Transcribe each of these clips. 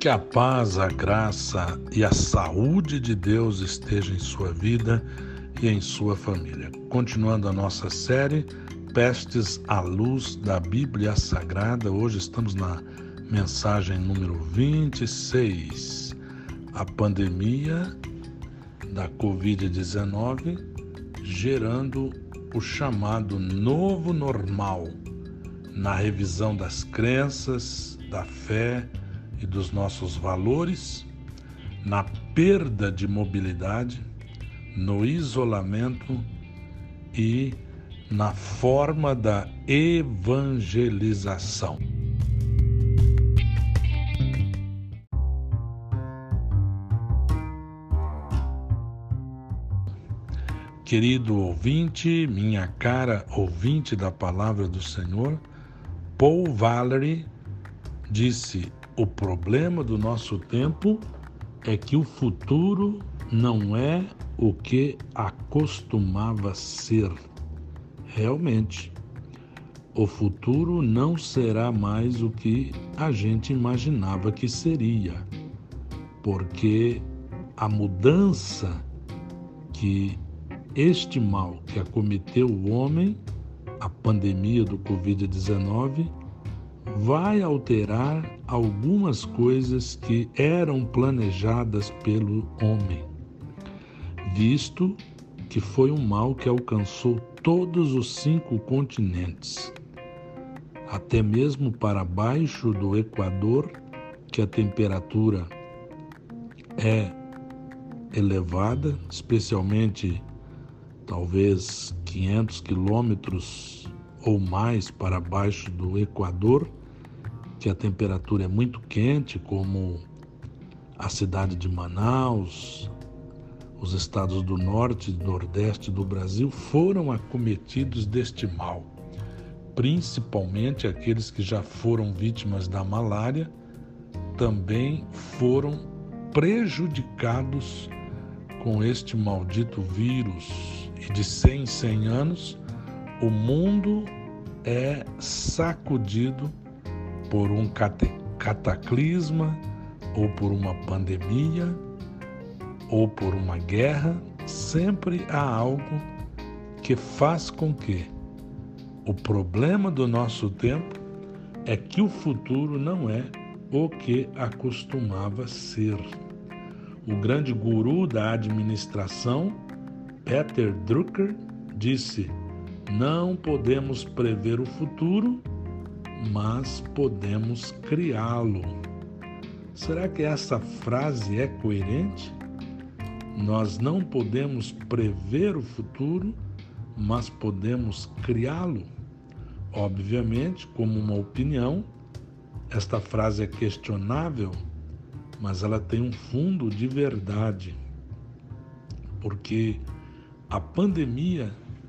Que a paz, a graça e a saúde de Deus estejam em sua vida e em sua família. Continuando a nossa série Pestes à Luz da Bíblia Sagrada, hoje estamos na mensagem número 26. A pandemia da Covid-19 gerando o chamado novo normal na revisão das crenças, da fé e dos nossos valores, na perda de mobilidade, no isolamento e na forma da evangelização. Querido ouvinte, minha cara ouvinte da palavra do Senhor, Paul Valery disse: o problema do nosso tempo é que o futuro não é o que acostumava ser. Realmente, o futuro não será mais o que a gente imaginava que seria, porque a mudança que este mal que acometeu o homem, a pandemia do Covid-19, vai alterar algumas coisas que eram planejadas pelo homem, visto que foi um mal que alcançou todos os 5 continentes, até mesmo para baixo do Equador, que a temperatura é elevada, especialmente talvez 500 quilômetros ou mais para baixo do Equador, que a temperatura é muito quente, como a cidade de Manaus, os estados do norte e nordeste do Brasil foram acometidos deste mal, principalmente aqueles que já foram vítimas da malária, também foram prejudicados com este maldito vírus. E de 100 em 100 anos, o mundo é sacudido por um cataclisma, ou por uma pandemia, ou por uma guerra. Sempre há algo que faz com que o problema do nosso tempo é que o futuro não é o que acostumava ser. O grande guru da administração, Peter Drucker, disse: não podemos prever o futuro, mas podemos criá-lo. Será que essa frase é coerente? Nós não podemos prever o futuro, mas podemos criá-lo? Obviamente, como uma opinião, esta frase é questionável, mas ela tem um fundo de verdade, porque a pandemia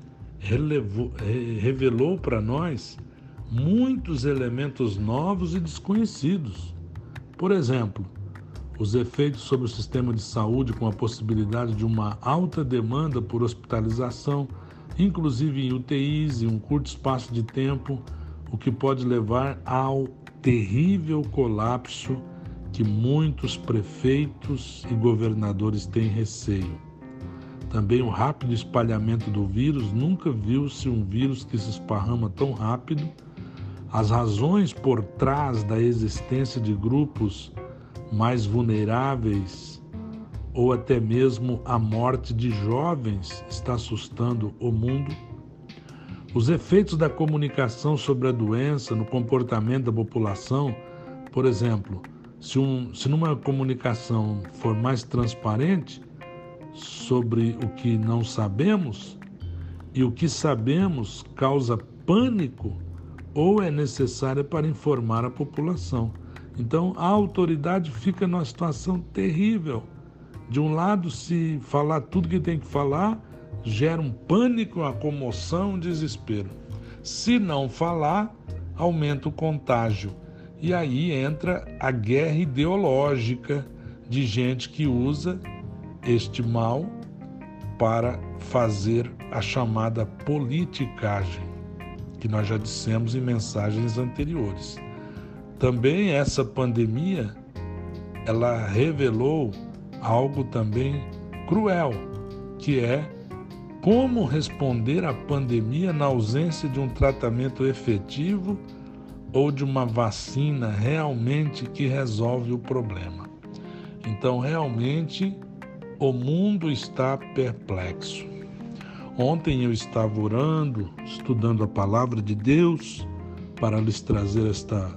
revelou para nós muitos elementos novos e desconhecidos. Por exemplo, os efeitos sobre o sistema de saúde, com a possibilidade de uma alta demanda por hospitalização, inclusive em UTIs, em um curto espaço de tempo, o que pode levar ao terrível colapso que muitos prefeitos e governadores têm receio. Também o rápido espalhamento do vírus. Nunca viu-se um vírus que se esparrama tão rápido. As razões por trás da existência de grupos mais vulneráveis ou até mesmo a morte de jovens está assustando o mundo. Os efeitos da comunicação sobre a doença no comportamento da população, por exemplo, se numa comunicação for mais transparente sobre o que não sabemos e o que sabemos causa pânico ou é necessária para informar a população. Então, a autoridade fica numa situação terrível. De um lado, se falar tudo que tem que falar, gera um pânico, uma comoção, um desespero. Se não falar, aumenta o contágio. E aí entra a guerra ideológica de gente que usa este mal para fazer a chamada politicagem, que nós já dissemos em mensagens anteriores. Também essa pandemia ela revelou algo também cruel, que é como responder à pandemia na ausência de um tratamento efetivo ou de uma vacina realmente que resolve o problema. Então, realmente, o mundo está perplexo. Ontem eu estava orando, estudando a palavra de Deus para lhes trazer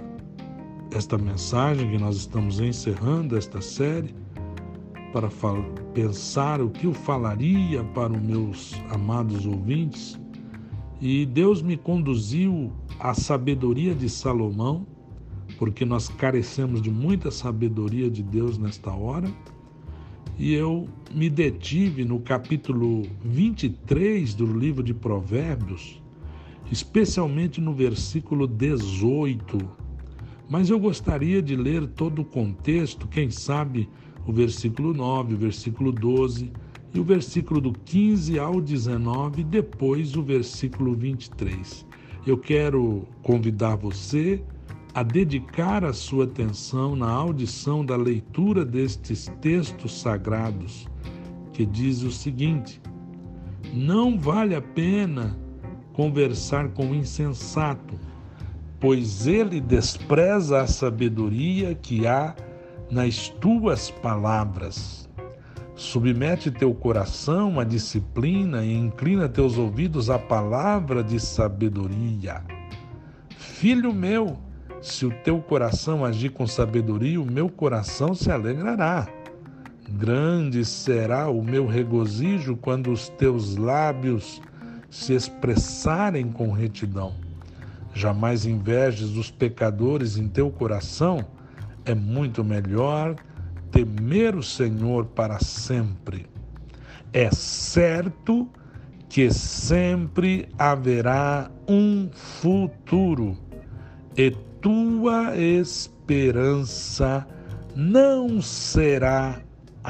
esta mensagem que nós estamos encerrando, esta série, para pensar o que eu falaria para os meus amados ouvintes. E Deus me conduziu à sabedoria de Salomão, porque nós carecemos de muita sabedoria de Deus nesta hora. E eu me detive no capítulo 23 do livro de Provérbios, especialmente no versículo 18. Mas eu gostaria de ler todo o contexto, quem sabe o versículo 9, o versículo 12 e o versículo do 15 ao 19, e depois o versículo 23. Eu quero convidar você a dedicar a sua atenção na audição da leitura destes textos sagrados, que diz o seguinte: não vale a pena conversar com o insensato, pois ele despreza a sabedoria que há nas tuas palavras. Submete teu coração à disciplina e inclina teus ouvidos à palavra de sabedoria. Filho meu, se o teu coração agir com sabedoria, o meu coração se alegrará. Grande será o meu regozijo quando os teus lábios se expressarem com retidão. Jamais invejes os pecadores em teu coração, é muito melhor temer o Senhor para sempre. É certo que sempre haverá um futuro e tua esperança não será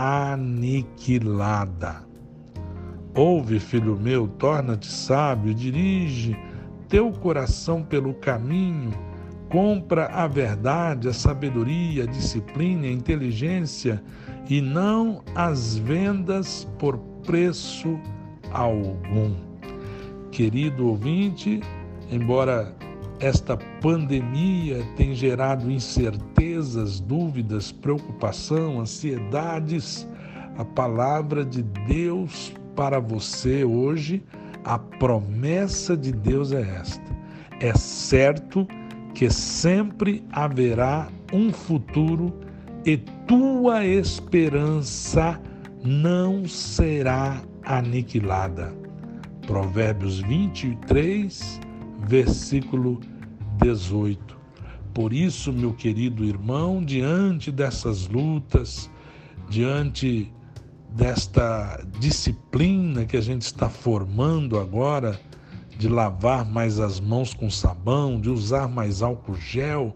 aniquilada. Ouve, filho meu, torna-te sábio, dirige teu coração pelo caminho, compra a verdade, a sabedoria, a disciplina, a inteligência e não as vendas por preço algum. Querido ouvinte, embora esta pandemia tenha gerado incertezas, dúvidas, preocupação, ansiedades, a palavra de Deus para você hoje, a promessa de Deus é esta: é certo que sempre haverá um futuro e tua esperança não será aniquilada. Provérbios 23, versículo 18. Por isso, meu querido irmão, diante dessas lutas, diante desta disciplina que a gente está formando agora, de lavar mais as mãos com sabão, de usar mais álcool gel,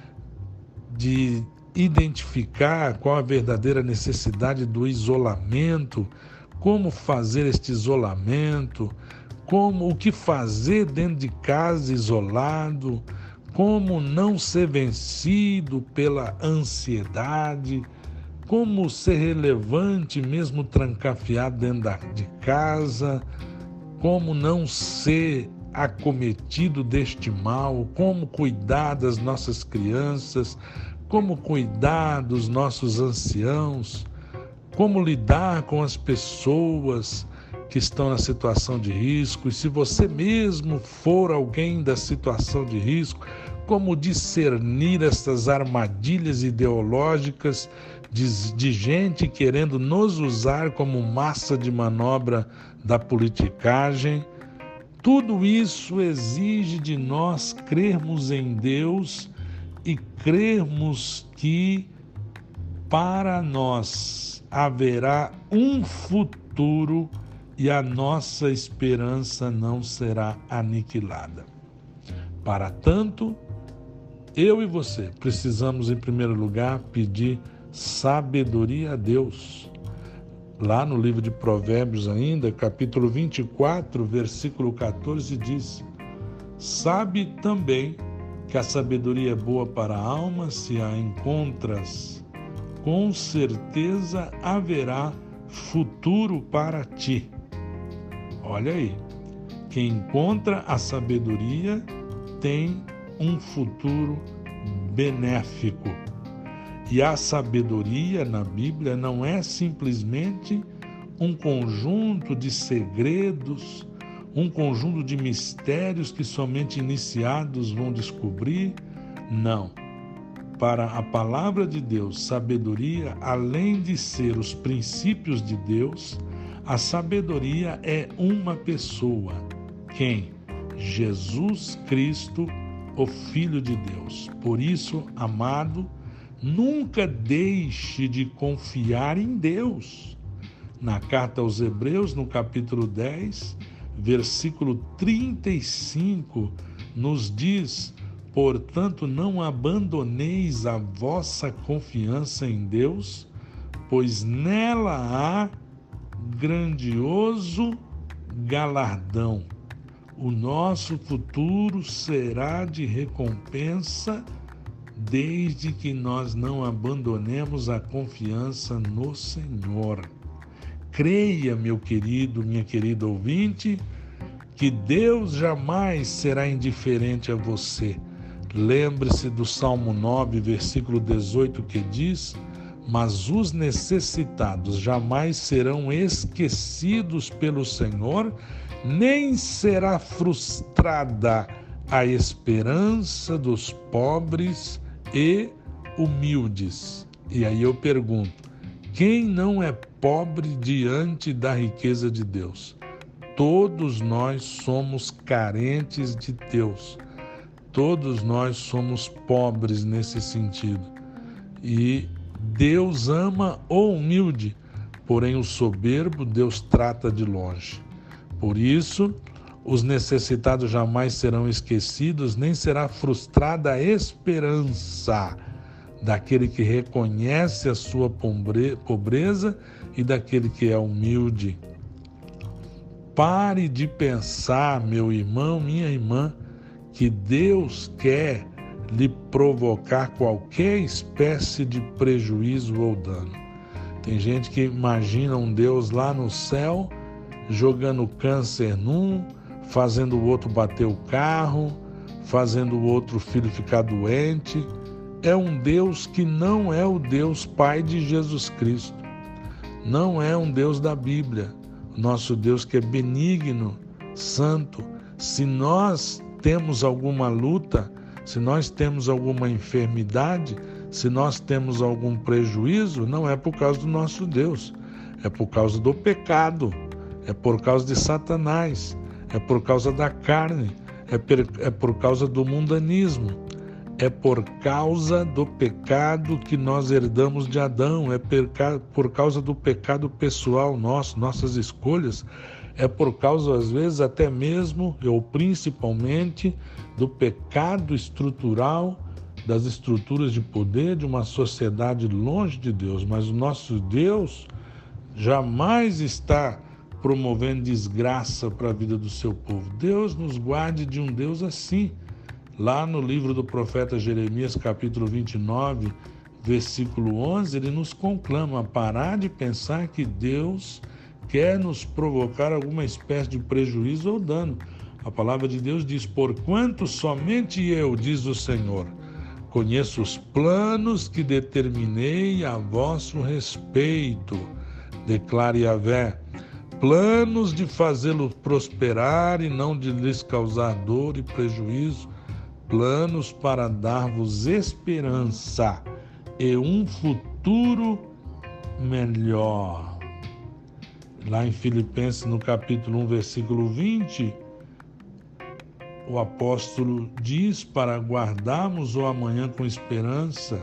de identificar qual a verdadeira necessidade do isolamento, como fazer este isolamento, o que fazer dentro de casa isolado, como não ser vencido pela ansiedade, como ser relevante mesmo trancafiado dentro de casa, como não ser acometido deste mal, como cuidar das nossas crianças, como cuidar dos nossos anciãos, como lidar com as pessoas que estão na situação de risco, e se você mesmo for alguém da situação de risco, como discernir essas armadilhas ideológicas de gente querendo nos usar como massa de manobra da politicagem. Tudo isso exige de nós crermos em Deus e crermos que para nós haverá um futuro e a nossa esperança não será aniquilada. Para tanto, eu e você precisamos, em primeiro lugar, pedir sabedoria a Deus. Lá no livro de Provérbios ainda, capítulo 24, versículo 14, diz: sabe também que a sabedoria é boa para a alma se a encontras com certeza haverá futuro para ti. Olha aí, quem encontra a sabedoria tem um futuro benéfico. E a sabedoria na Bíblia não é simplesmente um conjunto de segredos, um conjunto de mistérios que somente iniciados vão descobrir. Não. Para a palavra de Deus, sabedoria, além de ser os princípios de Deus, a sabedoria é uma pessoa. Quem? Jesus Cristo, o Filho de Deus. Por isso, amado, nunca deixe de confiar em Deus. Na carta aos Hebreus, no capítulo 10, versículo 35, nos diz: portanto, não abandoneis a vossa confiança em Deus, pois nela há grandioso galardão. O nosso futuro será de recompensa desde que nós não abandonemos a confiança no Senhor. Creia, meu querido, minha querida ouvinte, que Deus jamais será indiferente a você. Lembre-se do Salmo 9, versículo 18, que diz: mas os necessitados jamais serão esquecidos pelo Senhor, nem será frustrada a esperança dos pobres e humildes. E aí eu pergunto: quem não é pobre diante da riqueza de Deus? Todos nós somos carentes de Deus. Todos nós somos pobres nesse sentido. E Deus ama o humilde, porém o soberbo Deus trata de longe. Por isso, os necessitados jamais serão esquecidos, nem será frustrada a esperança daquele que reconhece a sua pobreza e daquele que é humilde. Pare de pensar, meu irmão, minha irmã, que Deus quer lhe provocar qualquer espécie de prejuízo ou dano. Tem gente que imagina um Deus lá no céu jogando câncer num, fazendo o outro bater o carro, fazendo o outro filho ficar doente. É um Deus que não é o Deus Pai de Jesus Cristo. Não é um Deus da Bíblia. Nosso Deus que é benigno, santo. Se nós temos alguma luta, se nós temos alguma enfermidade, se nós temos algum prejuízo, não é por causa do nosso Deus, é por causa do pecado, é por causa de Satanás, é por causa da carne, é por causa do mundanismo, é por causa do pecado que nós herdamos de Adão, é por causa do pecado pessoal nosso, nossas escolhas, é por causa, às vezes, até mesmo, ou principalmente, do pecado estrutural, das estruturas de poder de uma sociedade longe de Deus. Mas o nosso Deus jamais está promovendo desgraça para a vida do seu povo. Deus nos guarde de um Deus assim. Lá no livro do profeta Jeremias, capítulo 29, versículo 11, ele nos conclama a parar de pensar que Deus quer nos provocar alguma espécie de prejuízo ou dano. A palavra de Deus diz: porquanto somente eu, diz o Senhor, conheço os planos que determinei a vosso respeito, declara Yahvé, planos de fazê-lo prosperar e não de lhes causar dor e prejuízo, planos para dar-vos esperança e um futuro melhor. Lá em Filipenses, no capítulo 1, versículo 20, o apóstolo diz para guardarmos o amanhã com esperança.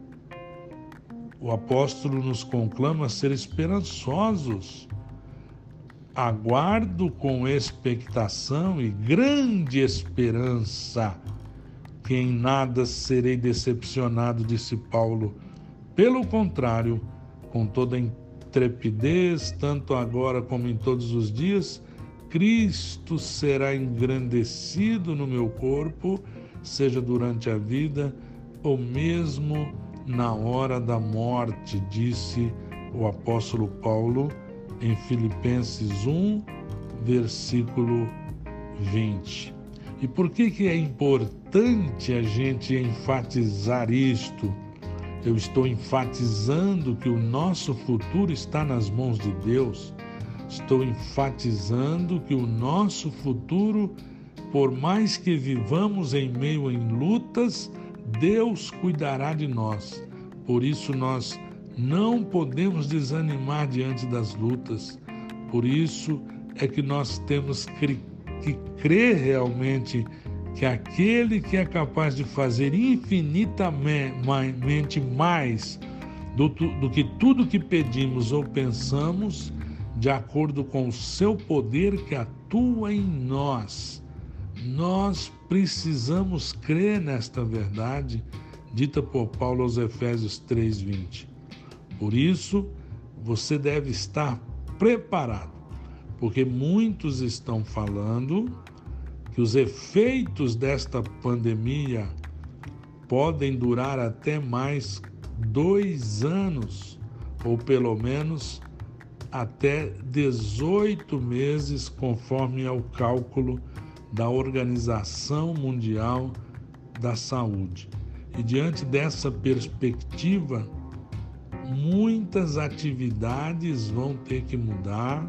O apóstolo nos conclama a ser esperançosos. Aguardo com expectação e grande esperança, que em nada serei decepcionado, disse Paulo. Pelo contrário, com toda intrepidez, tanto agora como em todos os dias, Cristo será engrandecido no meu corpo, seja durante a vida ou mesmo na hora da morte, disse o apóstolo Paulo em Filipenses 1, versículo 20. E por que é importante a gente enfatizar isto? Eu estou enfatizando que o nosso futuro está nas mãos de Deus. Estou enfatizando que o nosso futuro, por mais que vivamos em meio a lutas, Deus cuidará de nós. Por isso nós não podemos desanimar diante das lutas. Por isso é que nós temos que crer realmente que aquele que é capaz de fazer infinitamente mais do que tudo que pedimos ou pensamos, de acordo com o seu poder que atua em nós. Nós precisamos crer nesta verdade dita por Paulo aos Efésios 3:20. Por isso, você deve estar preparado, porque muitos estão falando que os efeitos desta pandemia podem durar até mais 2 anos, ou pelo menos até 18 meses, conforme é o cálculo da Organização Mundial da Saúde. E diante dessa perspectiva, muitas atividades vão ter que mudar,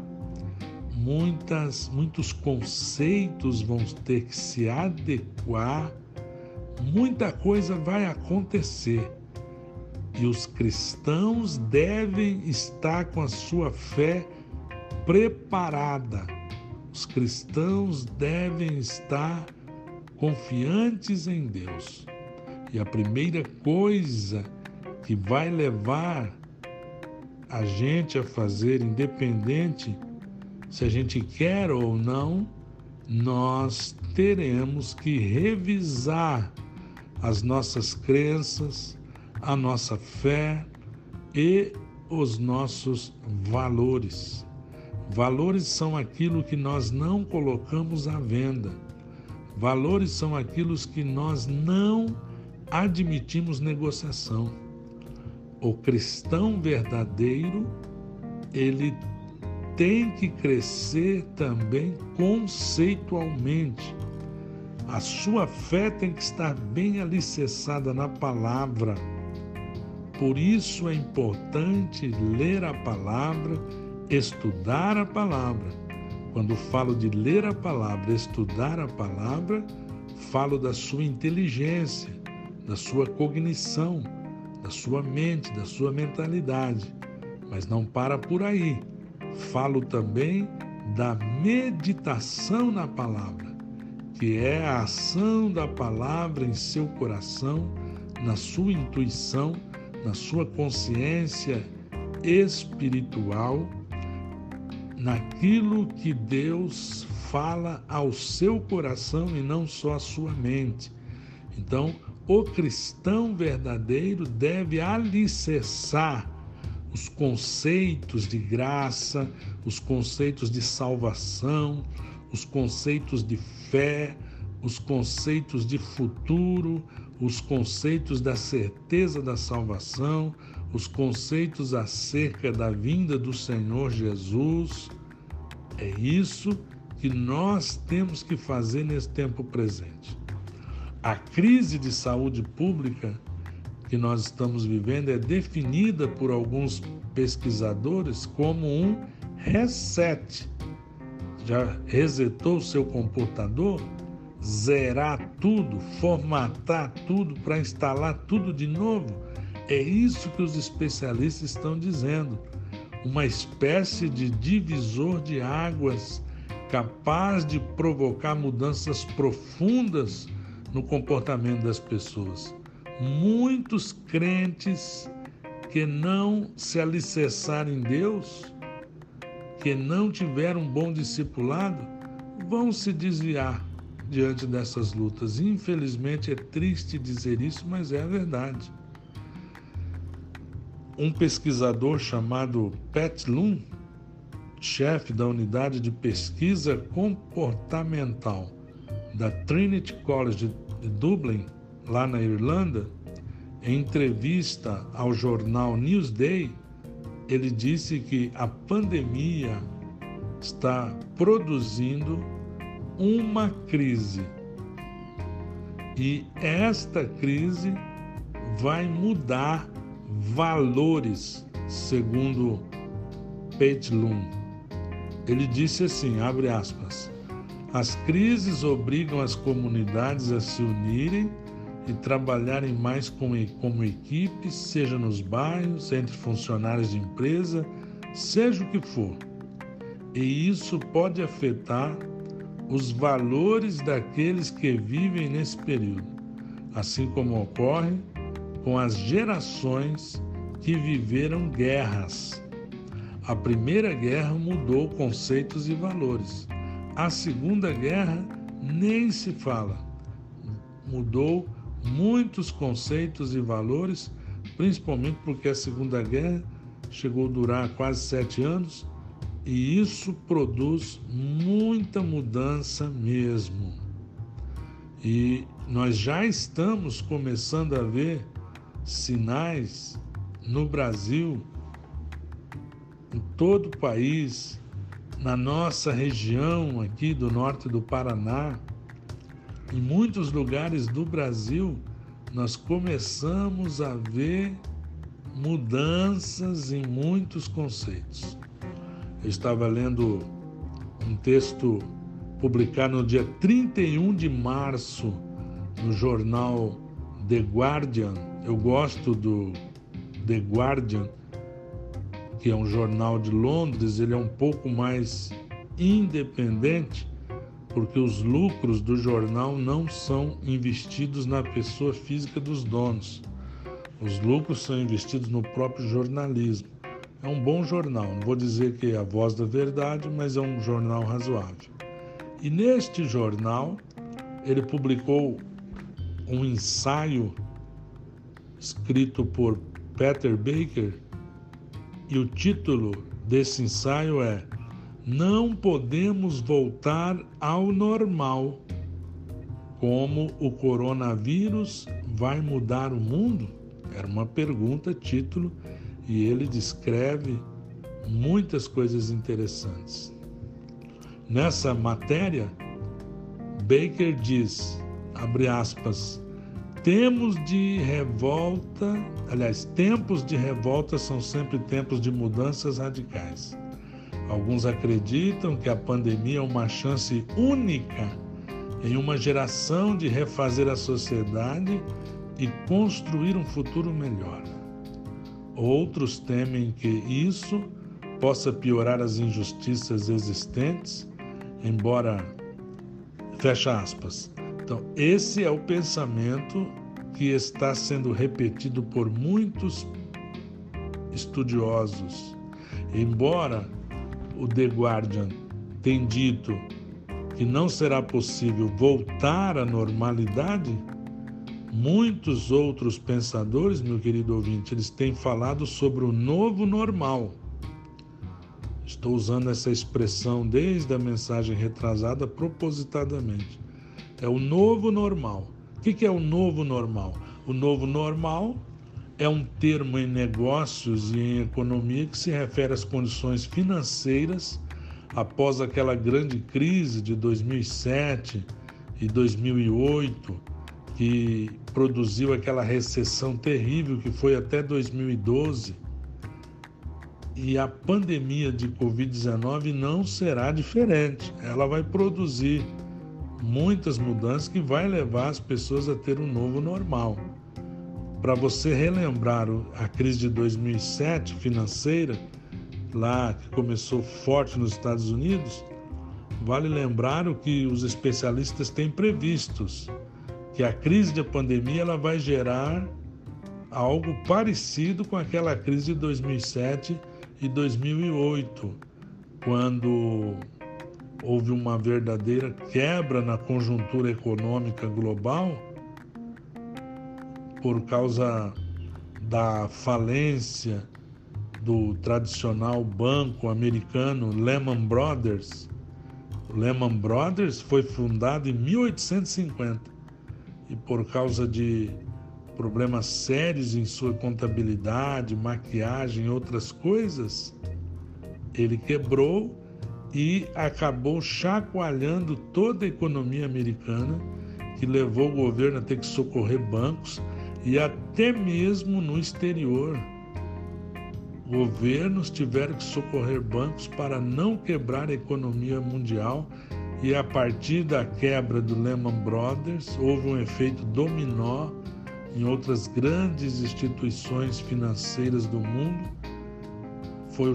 muitos conceitos vão ter que se adequar, muita coisa vai acontecer. E os cristãos devem estar com a sua fé preparada. Os cristãos devem estar confiantes em Deus. E a primeira coisa que vai levar a gente a fazer, independente se a gente quer ou não, nós teremos que revisar as nossas crenças, a nossa fé e os nossos valores. Valores são aquilo que nós não colocamos à venda. Valores são aquilo que nós não admitimos negociação. O cristão verdadeiro, ele tem que crescer também conceitualmente. A sua fé tem que estar bem alicerçada na palavra. Por isso é importante ler a palavra, estudar a palavra. Quando falo de ler a palavra, estudar a palavra, falo da sua inteligência, da sua cognição, da sua mente, da sua mentalidade. Mas não para por aí. Falo também da meditação na palavra, que é a ação da palavra em seu coração, na sua intuição, na sua consciência espiritual, naquilo que Deus fala ao seu coração e não só à sua mente. Então, o cristão verdadeiro deve alicerçar os conceitos de graça, os conceitos de salvação, os conceitos de fé, os conceitos de futuro, os conceitos da certeza da salvação, os conceitos acerca da vinda do Senhor Jesus. É isso que nós temos que fazer nesse tempo presente. A crise de saúde pública que nós estamos vivendo é definida por alguns pesquisadores como um reset. Já resetou o seu computador? Zerar tudo, formatar tudo para instalar tudo de novo? É isso que os especialistas estão dizendo. Uma espécie de divisor de águas capaz de provocar mudanças profundas no comportamento das pessoas. Muitos crentes que não se alicerçarem em Deus, que não tiveram um bom discipulado, vão se desviar diante dessas lutas. Infelizmente é triste dizer isso, mas é a verdade. Um pesquisador chamado Pat Loon, chefe da unidade de pesquisa comportamental da Trinity College de Dublin, lá na Irlanda, Em entrevista ao jornal Newsday, ele disse que a pandemia está produzindo uma crise. E esta crise vai mudar valores, segundo Peitlum. Ele disse assim, abre aspas, as crises obrigam as comunidades a se unirem e trabalharem mais como equipe, seja nos bairros, entre funcionários de empresa, seja o que for. E isso pode afetar os valores daqueles que vivem nesse período, assim como ocorre com as gerações que viveram guerras. A Primeira Guerra mudou conceitos e valores. A Segunda Guerra nem se fala. Mudou muitos conceitos e valores, principalmente porque a Segunda Guerra chegou a durar quase 7 anos e isso produz muita mudança mesmo. E nós já estamos começando a ver sinais no Brasil, em todo o país, na nossa região aqui do norte do Paraná, em muitos lugares do Brasil, nós começamos a ver mudanças em muitos conceitos. Eu estava lendo um texto publicado no dia 31 de março no jornal The Guardian. Eu gosto do The Guardian, que é um jornal de Londres. Ele é um pouco mais independente, porque os lucros do jornal não são investidos na pessoa física dos donos. Os lucros são investidos no próprio jornalismo. É um bom jornal, não vou dizer que é a voz da verdade, mas é um jornal razoável. E neste jornal, ele publicou um ensaio escrito por Peter Baker, e o título desse ensaio é Não podemos voltar ao normal. Como o coronavírus vai mudar o mundo? Era uma pergunta, título, e ele descreve muitas coisas interessantes. Nessa matéria, Baker diz, abre aspas, tempos de revolta são sempre tempos de mudanças radicais. Alguns acreditam que a pandemia é uma chance única em uma geração de refazer a sociedade e construir um futuro melhor. Outros temem que isso possa piorar as injustiças existentes, embora... Fecha aspas. Então, esse é o pensamento que está sendo repetido por muitos estudiosos. Embora o The Guardian tenha dito que não será possível voltar à normalidade, muitos outros pensadores, meu querido ouvinte, eles têm falado sobre o novo normal. Estou usando essa expressão desde a mensagem retrasada propositadamente. É o novo normal. O que é o novo normal? O novo normal é um termo em negócios e em economia que se refere às condições financeiras após aquela grande crise de 2007 e 2008, que produziu aquela recessão terrível que foi até 2012. E a pandemia de Covid-19 não será diferente. Ela vai produzir muitas mudanças que vai levar as pessoas a ter um novo normal. Para você relembrar a crise de 2007 financeira, lá que começou forte nos Estados Unidos, vale lembrar o que os especialistas têm previstos, que a crise da pandemia ela vai gerar algo parecido com aquela crise de 2007 e 2008, quando houve uma verdadeira quebra na conjuntura econômica global por causa da falência do tradicional banco americano Lehman Brothers. O Lehman Brothers foi fundado em 1850 e por causa de problemas sérios em sua contabilidade, maquiagem e outras coisas, ele quebrou e acabou chacoalhando toda a economia americana, que levou o governo a ter que socorrer bancos e até mesmo no exterior. Governos tiveram que socorrer bancos para não quebrar a economia mundial, e a partir da quebra do Lehman Brothers houve um efeito dominó em outras grandes instituições financeiras do mundo. Foi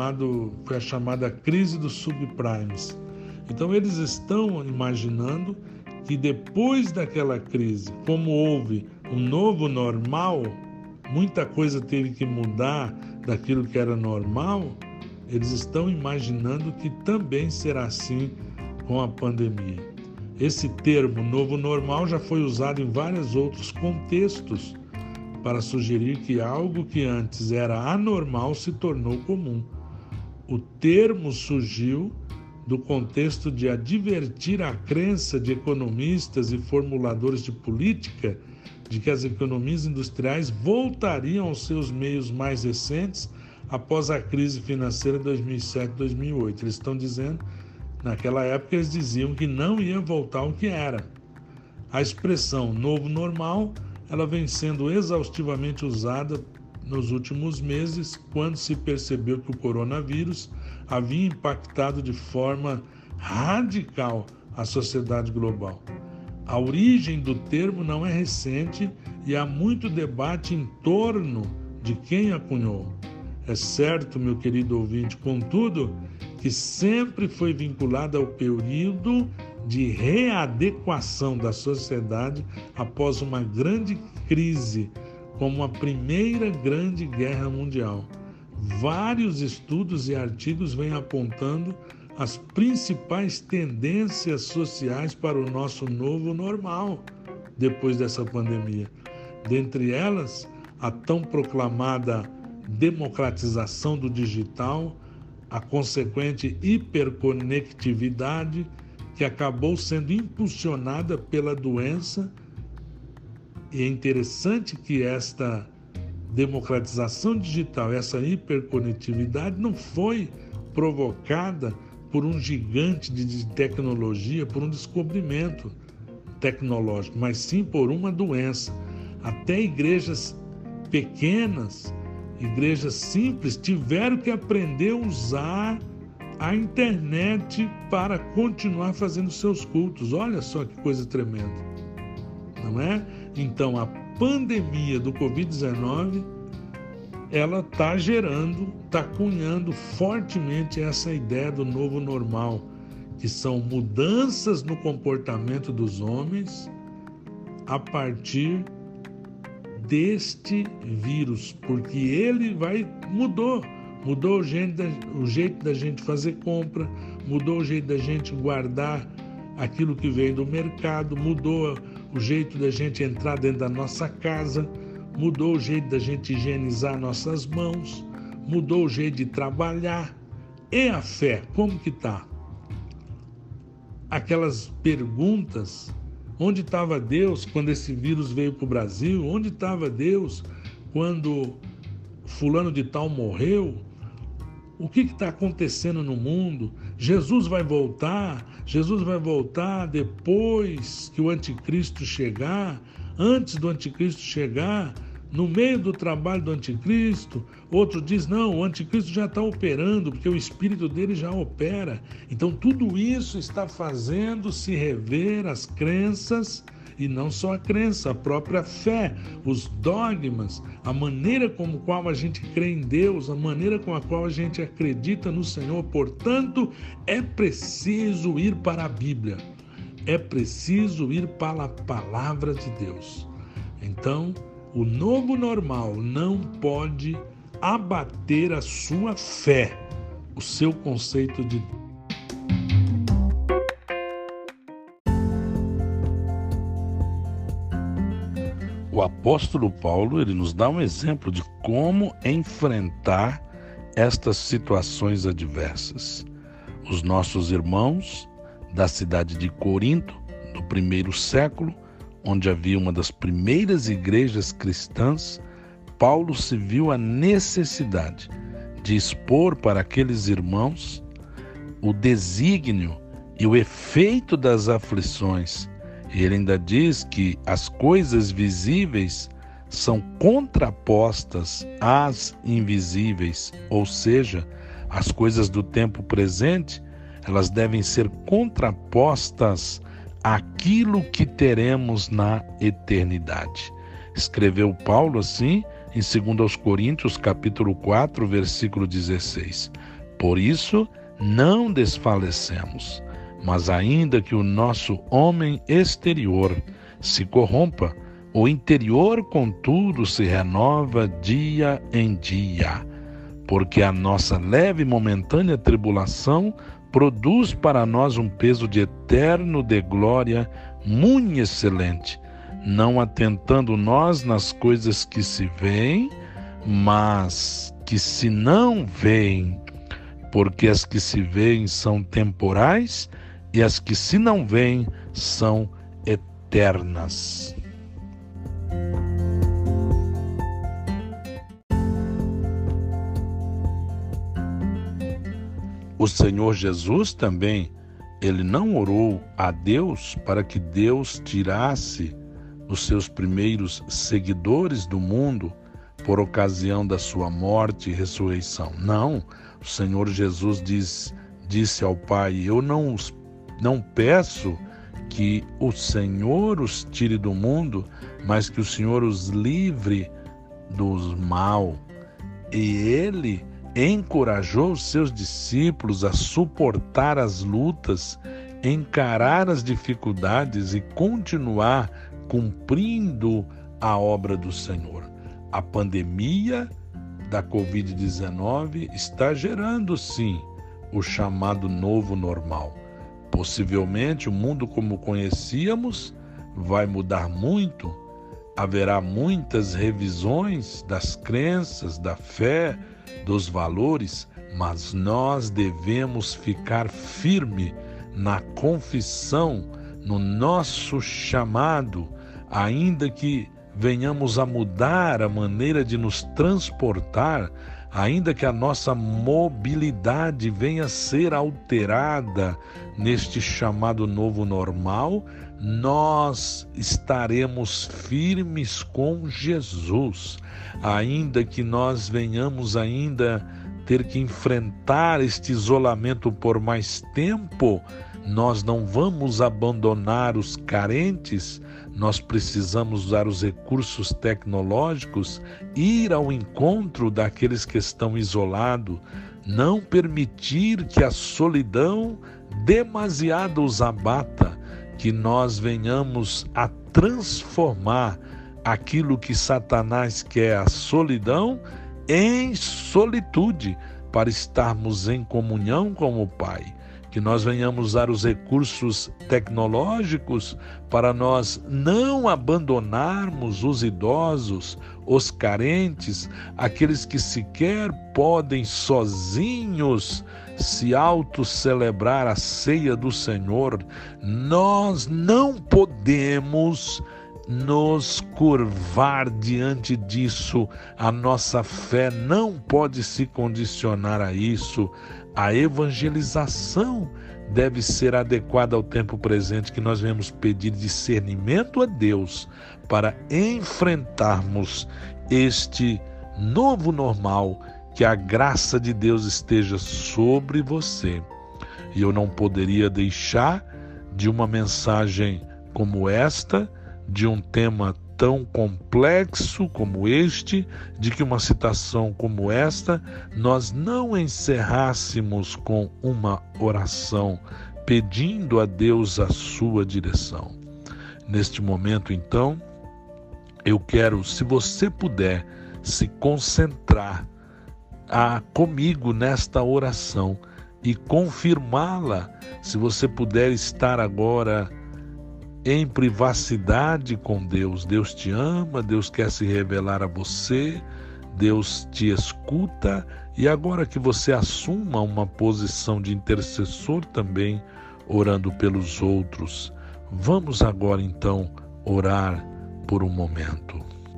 a chamada crise dos subprimes. Então eles estão imaginando que depois daquela crise, como houve um novo normal, muita coisa teve que mudar daquilo que era normal, eles estão imaginando que também será assim com a pandemia. Esse termo novo normal já foi usado em vários outros contextos para sugerir que algo que antes era anormal se tornou comum. O termo surgiu do contexto de advertir a crença de economistas e formuladores de política de que as economias industriais voltariam aos seus meios mais recentes após a crise financeira de 2007-2008. Eles estão dizendo, naquela época eles diziam que não ia voltar ao que era. A expressão novo normal, ela vem sendo exaustivamente usada nos últimos meses, quando se percebeu que o coronavírus havia impactado de forma radical a sociedade global. A origem do termo não é recente e há muito debate em torno de quem a cunhou. É certo, meu querido ouvinte, contudo, que sempre foi vinculada ao período de readequação da sociedade após uma grande crise, como a Primeira Grande Guerra Mundial. Vários estudos e artigos vêm apontando as principais tendências sociais para o nosso novo normal depois dessa pandemia. Dentre elas, a tão proclamada democratização do digital, a consequente hiperconectividade que acabou sendo impulsionada pela doença. E é interessante que esta democratização digital, essa hiperconectividade não foi provocada por um gigante de tecnologia, por um descobrimento tecnológico, mas sim por uma doença. Até igrejas pequenas, igrejas simples, tiveram que aprender a usar a internet para continuar fazendo seus cultos. Olha só que coisa tremenda, não é? Então, a pandemia do Covid-19, ela está cunhando fortemente essa ideia do novo normal, que são mudanças no comportamento dos homens a partir deste vírus, porque ele mudou o jeito da gente fazer compra, mudou o jeito da gente guardar aquilo que vem do mercado, mudou o jeito da gente entrar dentro da nossa casa, mudou o jeito da gente higienizar nossas mãos, mudou o jeito de trabalhar. E a fé, como que está? Aquelas perguntas: onde estava Deus quando esse vírus veio para o Brasil? Onde estava Deus quando fulano de tal morreu? O que está acontecendo no mundo? Jesus vai voltar? Jesus vai voltar depois que o anticristo chegar? Antes do anticristo chegar? No meio do trabalho do anticristo? Outro diz, não, o anticristo já está operando, porque o espírito dele já opera. Então tudo isso está fazendo se rever as crenças, e não só a crença, a própria fé, os dogmas, a maneira como qual a gente crê em Deus, a maneira com a qual a gente acredita no Senhor. Portanto, é preciso ir para a Bíblia, é preciso ir para a palavra de Deus. Então, o novo normal não pode abater a sua fé, o seu conceito de Deus. O apóstolo Paulo, ele nos dá um exemplo de como enfrentar estas situações adversas. Os nossos irmãos da cidade de Corinto, no primeiro século, onde havia uma das primeiras igrejas cristãs, Paulo se viu a necessidade de expor para aqueles irmãos o desígnio e o efeito das aflições. E ele ainda diz que as coisas visíveis são contrapostas às invisíveis, ou seja, as coisas do tempo presente, elas devem ser contrapostas àquilo que teremos na eternidade. Escreveu Paulo assim em 2 Coríntios, capítulo 4, versículo 16. Por isso, não desfalecemos, mas ainda que o nosso homem exterior se corrompa, o interior, contudo, se renova dia em dia, porque a nossa leve e momentânea tribulação produz para nós um peso de eterno de glória muito excelente, não atentando nós nas coisas que se veem, mas que se não veem, porque as que se veem são temporais e as que se não veem são eternas. O Senhor Jesus também, ele não orou a Deus para que Deus tirasse os seus primeiros seguidores do mundo por ocasião da sua morte e ressurreição. Não, o Senhor Jesus disse ao Pai: eu não peço que o Senhor os tire do mundo, mas que o Senhor os livre do mal. E ele encorajou os seus discípulos a suportar as lutas, encarar as dificuldades e continuar cumprindo a obra do Senhor. A pandemia da Covid-19 está gerando, sim, o chamado novo normal. Possivelmente o mundo como conhecíamos vai mudar muito, haverá muitas revisões das crenças, da fé, dos valores, mas nós devemos ficar firme na confissão, no nosso chamado, ainda que venhamos a mudar a maneira de nos transportar, ainda que a nossa mobilidade venha a ser alterada neste chamado novo normal, nós estaremos firmes com Jesus, ainda que nós venhamos ainda ter que enfrentar este isolamento por mais tempo, nós não vamos abandonar os carentes, nós precisamos usar os recursos tecnológicos, ir ao encontro daqueles que estão isolados, não permitir que a solidão demasiado os abata, que nós venhamos a transformar aquilo que Satanás quer, a solidão, em solitude, para estarmos em comunhão com o Pai. Que nós venhamos usar os recursos tecnológicos para nós não abandonarmos os idosos, os carentes, aqueles que sequer podem sozinhos se auto-celebrar a ceia do Senhor. Nós não podemos nos curvar diante disso. A nossa fé não pode se condicionar a isso. A evangelização deve ser adequada ao tempo presente, que nós vamos pedir discernimento a Deus para enfrentarmos este novo normal, que a graça de Deus esteja sobre você. E eu não poderia deixar de uma mensagem como esta, de um tema tão complexo como este, de que uma citação como esta, nós não encerrássemos com uma oração, pedindo a Deus a sua direção. Neste momento, então, eu quero, se você puder, se concentrar comigo nesta oração e confirmá-la, se você puder estar agora em privacidade com Deus. Deus te ama, Deus quer se revelar a você, Deus te escuta, e agora que você assuma uma posição de intercessor também, orando pelos outros, vamos agora então orar por um momento.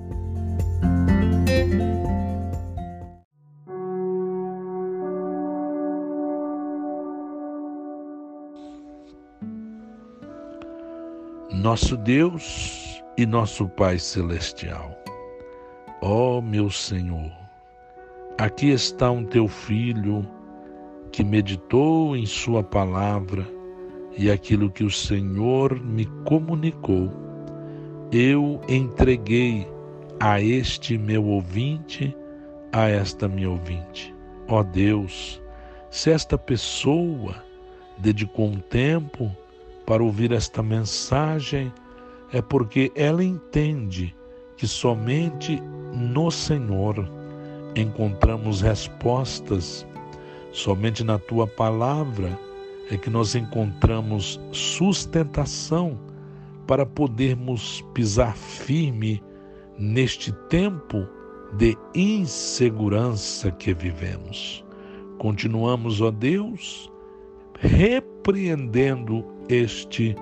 Nosso Deus e nosso Pai Celestial, ó meu Senhor, aqui está um teu filho que meditou em sua palavra e aquilo que o Senhor me comunicou, eu entreguei a este meu ouvinte, a esta minha ouvinte. Ó Deus, se esta pessoa dedicou um tempo para ouvir esta mensagem, é porque ela entende que somente no Senhor encontramos respostas, somente na Tua Palavra é que nós encontramos sustentação para podermos pisar firme neste tempo de insegurança que vivemos. Continuamos, ó Deus, repreendendo este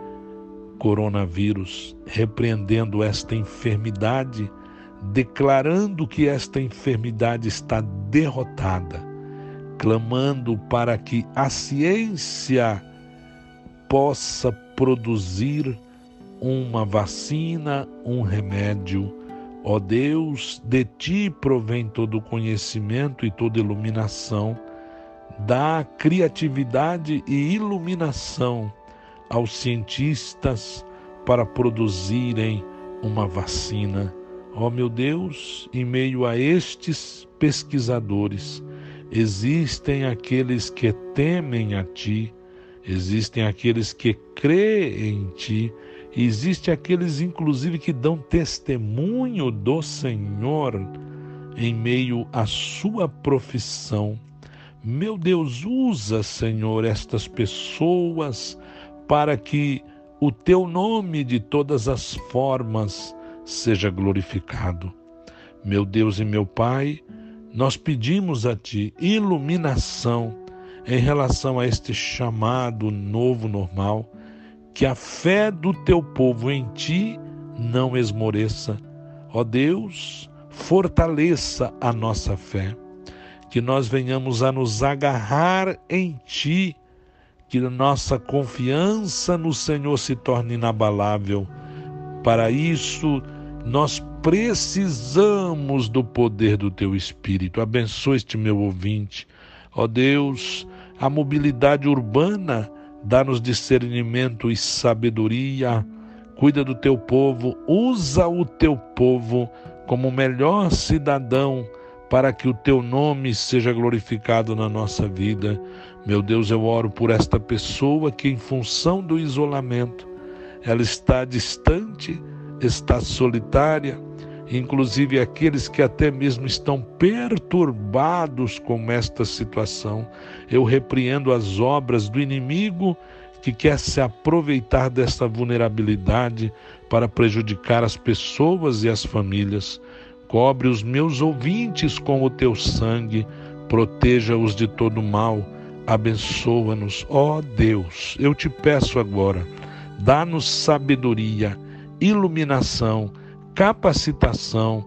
coronavírus, repreendendo esta enfermidade, declarando que esta enfermidade está derrotada, clamando para que a ciência possa produzir uma vacina, um remédio. Ó Deus, de Ti provém todo o conhecimento e toda iluminação. Dá criatividade e iluminação aos cientistas para produzirem uma vacina. Ó meu Deus, em meio a estes pesquisadores, existem aqueles que temem a Ti, existem aqueles que creem em Ti, existem aqueles inclusive que dão testemunho do Senhor em meio à sua profissão. Meu Deus, usa, Senhor, estas pessoas para que o Teu nome de todas as formas seja glorificado. Meu Deus e meu Pai, nós pedimos a Ti iluminação em relação a este chamado novo normal, que a fé do Teu povo em Ti não esmoreça. Ó Deus, fortaleça a nossa fé, que nós venhamos a nos agarrar em Ti, que nossa confiança no Senhor se torne inabalável. Para isso, nós precisamos do poder do Teu Espírito. Abençoa este meu ouvinte. Ó Deus, a mobilidade urbana, dá-nos discernimento e sabedoria. Cuida do Teu povo, usa o Teu povo como o melhor cidadão para que o Teu nome seja glorificado na nossa vida. Meu Deus, eu oro por esta pessoa que, em função do isolamento, ela está distante, está solitária, inclusive aqueles que até mesmo estão perturbados com esta situação. Eu repreendo as obras do inimigo que quer se aproveitar dessa vulnerabilidade para prejudicar as pessoas e as famílias. Cobre os meus ouvintes com o Teu sangue, proteja-os de todo mal, abençoa-nos. Ó Deus, eu Te peço agora, dá-nos sabedoria, iluminação, capacitação,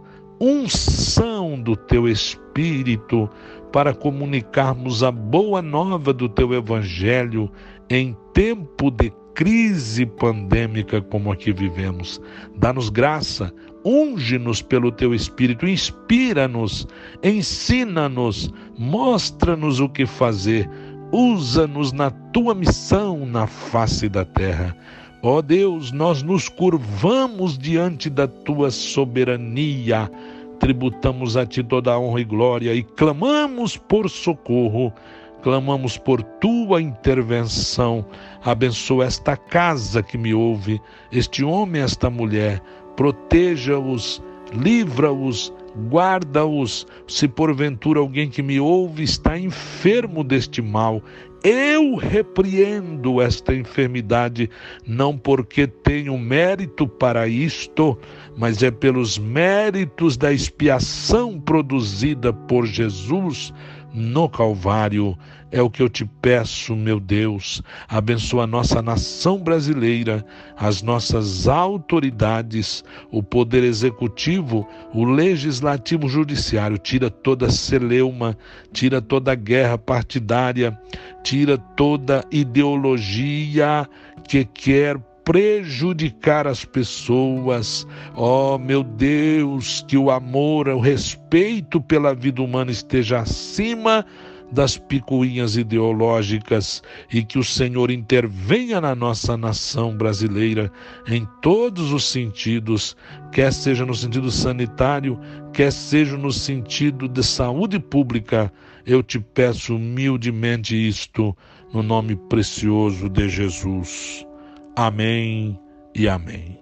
unção do Teu Espírito para comunicarmos a boa nova do Teu Evangelho em tempo de crise pandêmica como a que vivemos. Dá-nos graça, unge-nos pelo Teu Espírito, inspira-nos, ensina-nos, mostra-nos o que fazer, usa-nos na Tua missão na face da terra. Ó Deus, nós nos curvamos diante da Tua soberania, tributamos a Ti toda a honra e glória e clamamos por socorro, clamamos por Tua intervenção. Abençoa esta casa que me ouve, este homem, esta mulher, proteja-os, livra-os, guarda-os. Se porventura alguém que me ouve está enfermo deste mal, eu repreendo esta enfermidade, não porque tenho mérito para isto, mas é pelos méritos da expiação produzida por Jesus no Calvário. É o que eu te peço, meu Deus. Abençoa a nossa nação brasileira, as nossas autoridades, o poder executivo, o legislativo, o judiciário. Tira toda celeuma, tira toda guerra partidária, tira toda ideologia que quer prejudicar as pessoas. Oh, meu Deus, que o amor, o respeito pela vida humana esteja acima das picuinhas ideológicas e que o Senhor intervenha na nossa nação brasileira em todos os sentidos, quer seja no sentido sanitário, quer seja no sentido de saúde pública. Eu te peço humildemente isto, no nome precioso de Jesus. Amém e amém.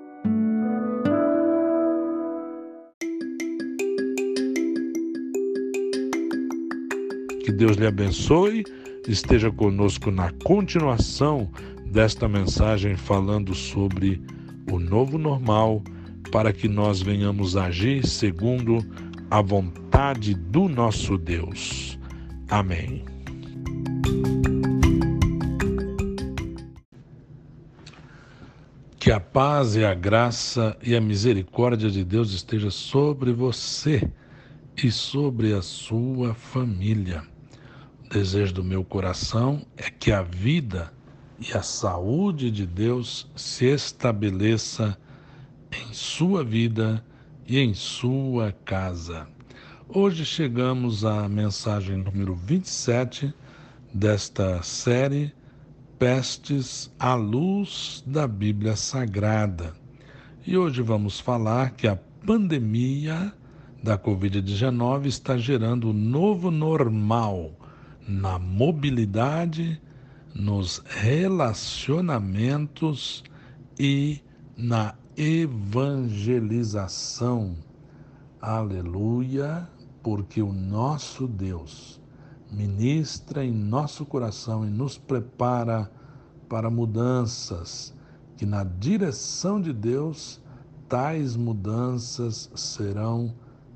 Que Deus lhe abençoe, esteja conosco na continuação desta mensagem falando sobre o novo normal, para que nós venhamos agir segundo a vontade do nosso Deus. Amém. Que a paz e a graça e a misericórdia de Deus esteja sobre você e sobre a sua família. O desejo do meu coração é que a vida e a saúde de Deus se estabeleça em sua vida e em sua casa. Hoje chegamos à mensagem número 27 desta série Pestes à Luz da Bíblia Sagrada. E hoje vamos falar que a pandemia da Covid-19 está gerando um novo normal na mobilidade, nos relacionamentos e na evangelização. Aleluia, porque o nosso Deus ministra em nosso coração e nos prepara para mudanças, que na direção de Deus tais mudanças serão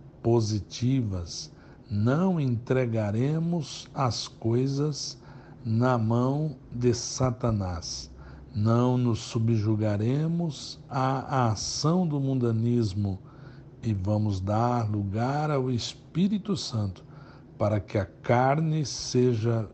positivas. Não entregaremos as coisas na mão de Satanás. Não nos subjugaremos à ação do mundanismo e vamos dar lugar ao Espírito Santo para que a carne seja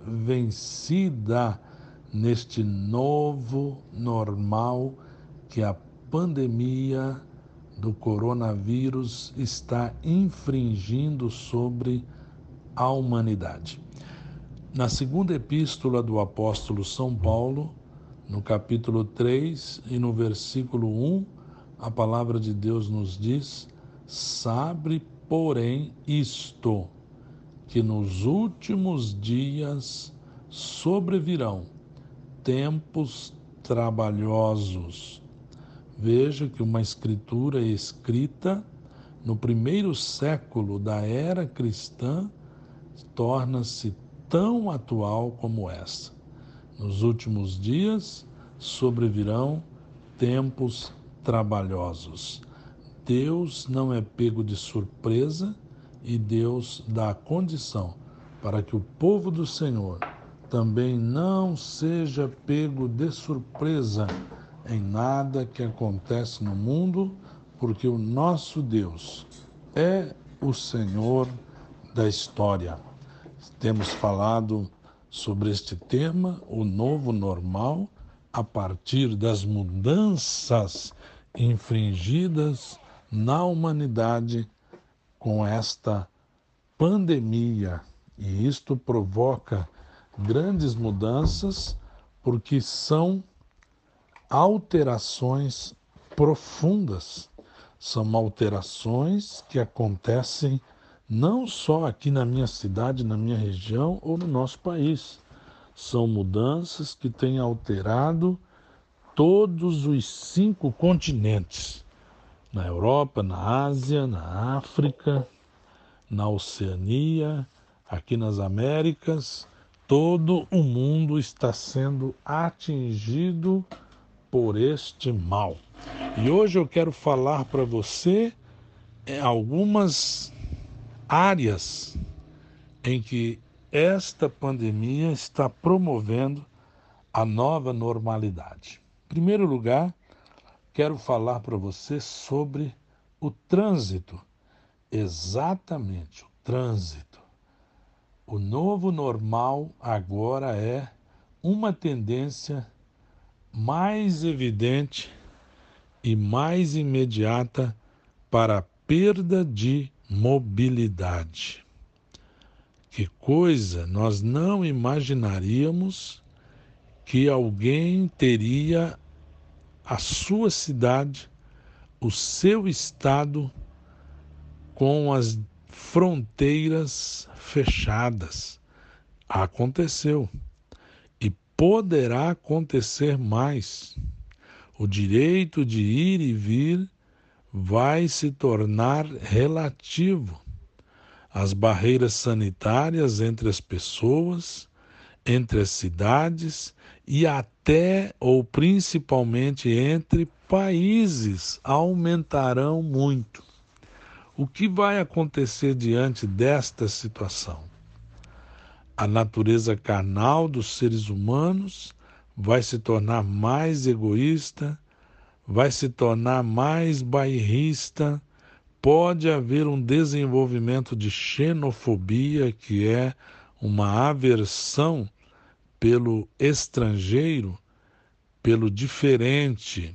vencida neste novo normal que a pandemia do coronavírus está infringindo sobre a humanidade. Na segunda epístola do apóstolo São Paulo, no capítulo 3 e no versículo 1, a palavra de Deus nos diz: sabe, porém, isto, que nos últimos dias sobrevirão tempos trabalhosos. Veja que uma escritura escrita no primeiro século da era cristã torna-se tão atual como essa. Nos últimos dias sobrevirão tempos trabalhosos. Deus não é pego de surpresa e Deus dá a condição para que o povo do Senhor também não seja pego de surpresa em nada que acontece no mundo, porque o nosso Deus é o Senhor da história. Temos falado sobre este tema, o novo normal, a partir das mudanças infringidas na humanidade com esta pandemia. E isto provoca grandes mudanças, porque são alterações profundas. São alterações que acontecem não só aqui na minha cidade, na minha região ou no nosso país. São mudanças que têm alterado todos os 5 continentes. Na Europa, na Ásia, na África, na Oceania, aqui nas Américas, todo o mundo está sendo atingido por este mal. E hoje eu quero falar para você algumas áreas em que esta pandemia está promovendo a nova normalidade. Em primeiro lugar, quero falar para você sobre o trânsito. Exatamente, o trânsito. O novo normal agora é uma tendência mais evidente e mais imediata para a perda de mobilidade. Que coisa, nós não imaginaríamos que alguém teria a sua cidade, o seu estado com as fronteiras fechadas. Aconteceu e poderá acontecer mais. O direito de ir e vir vai se tornar relativo. As barreiras sanitárias entre as pessoas, entre as cidades e até ou principalmente entre países aumentarão muito. O que vai acontecer diante desta situação? A natureza carnal dos seres humanos vai se tornar mais egoísta, vai se tornar mais bairrista, pode haver um desenvolvimento de xenofobia, que é uma aversão pelo estrangeiro, pelo diferente.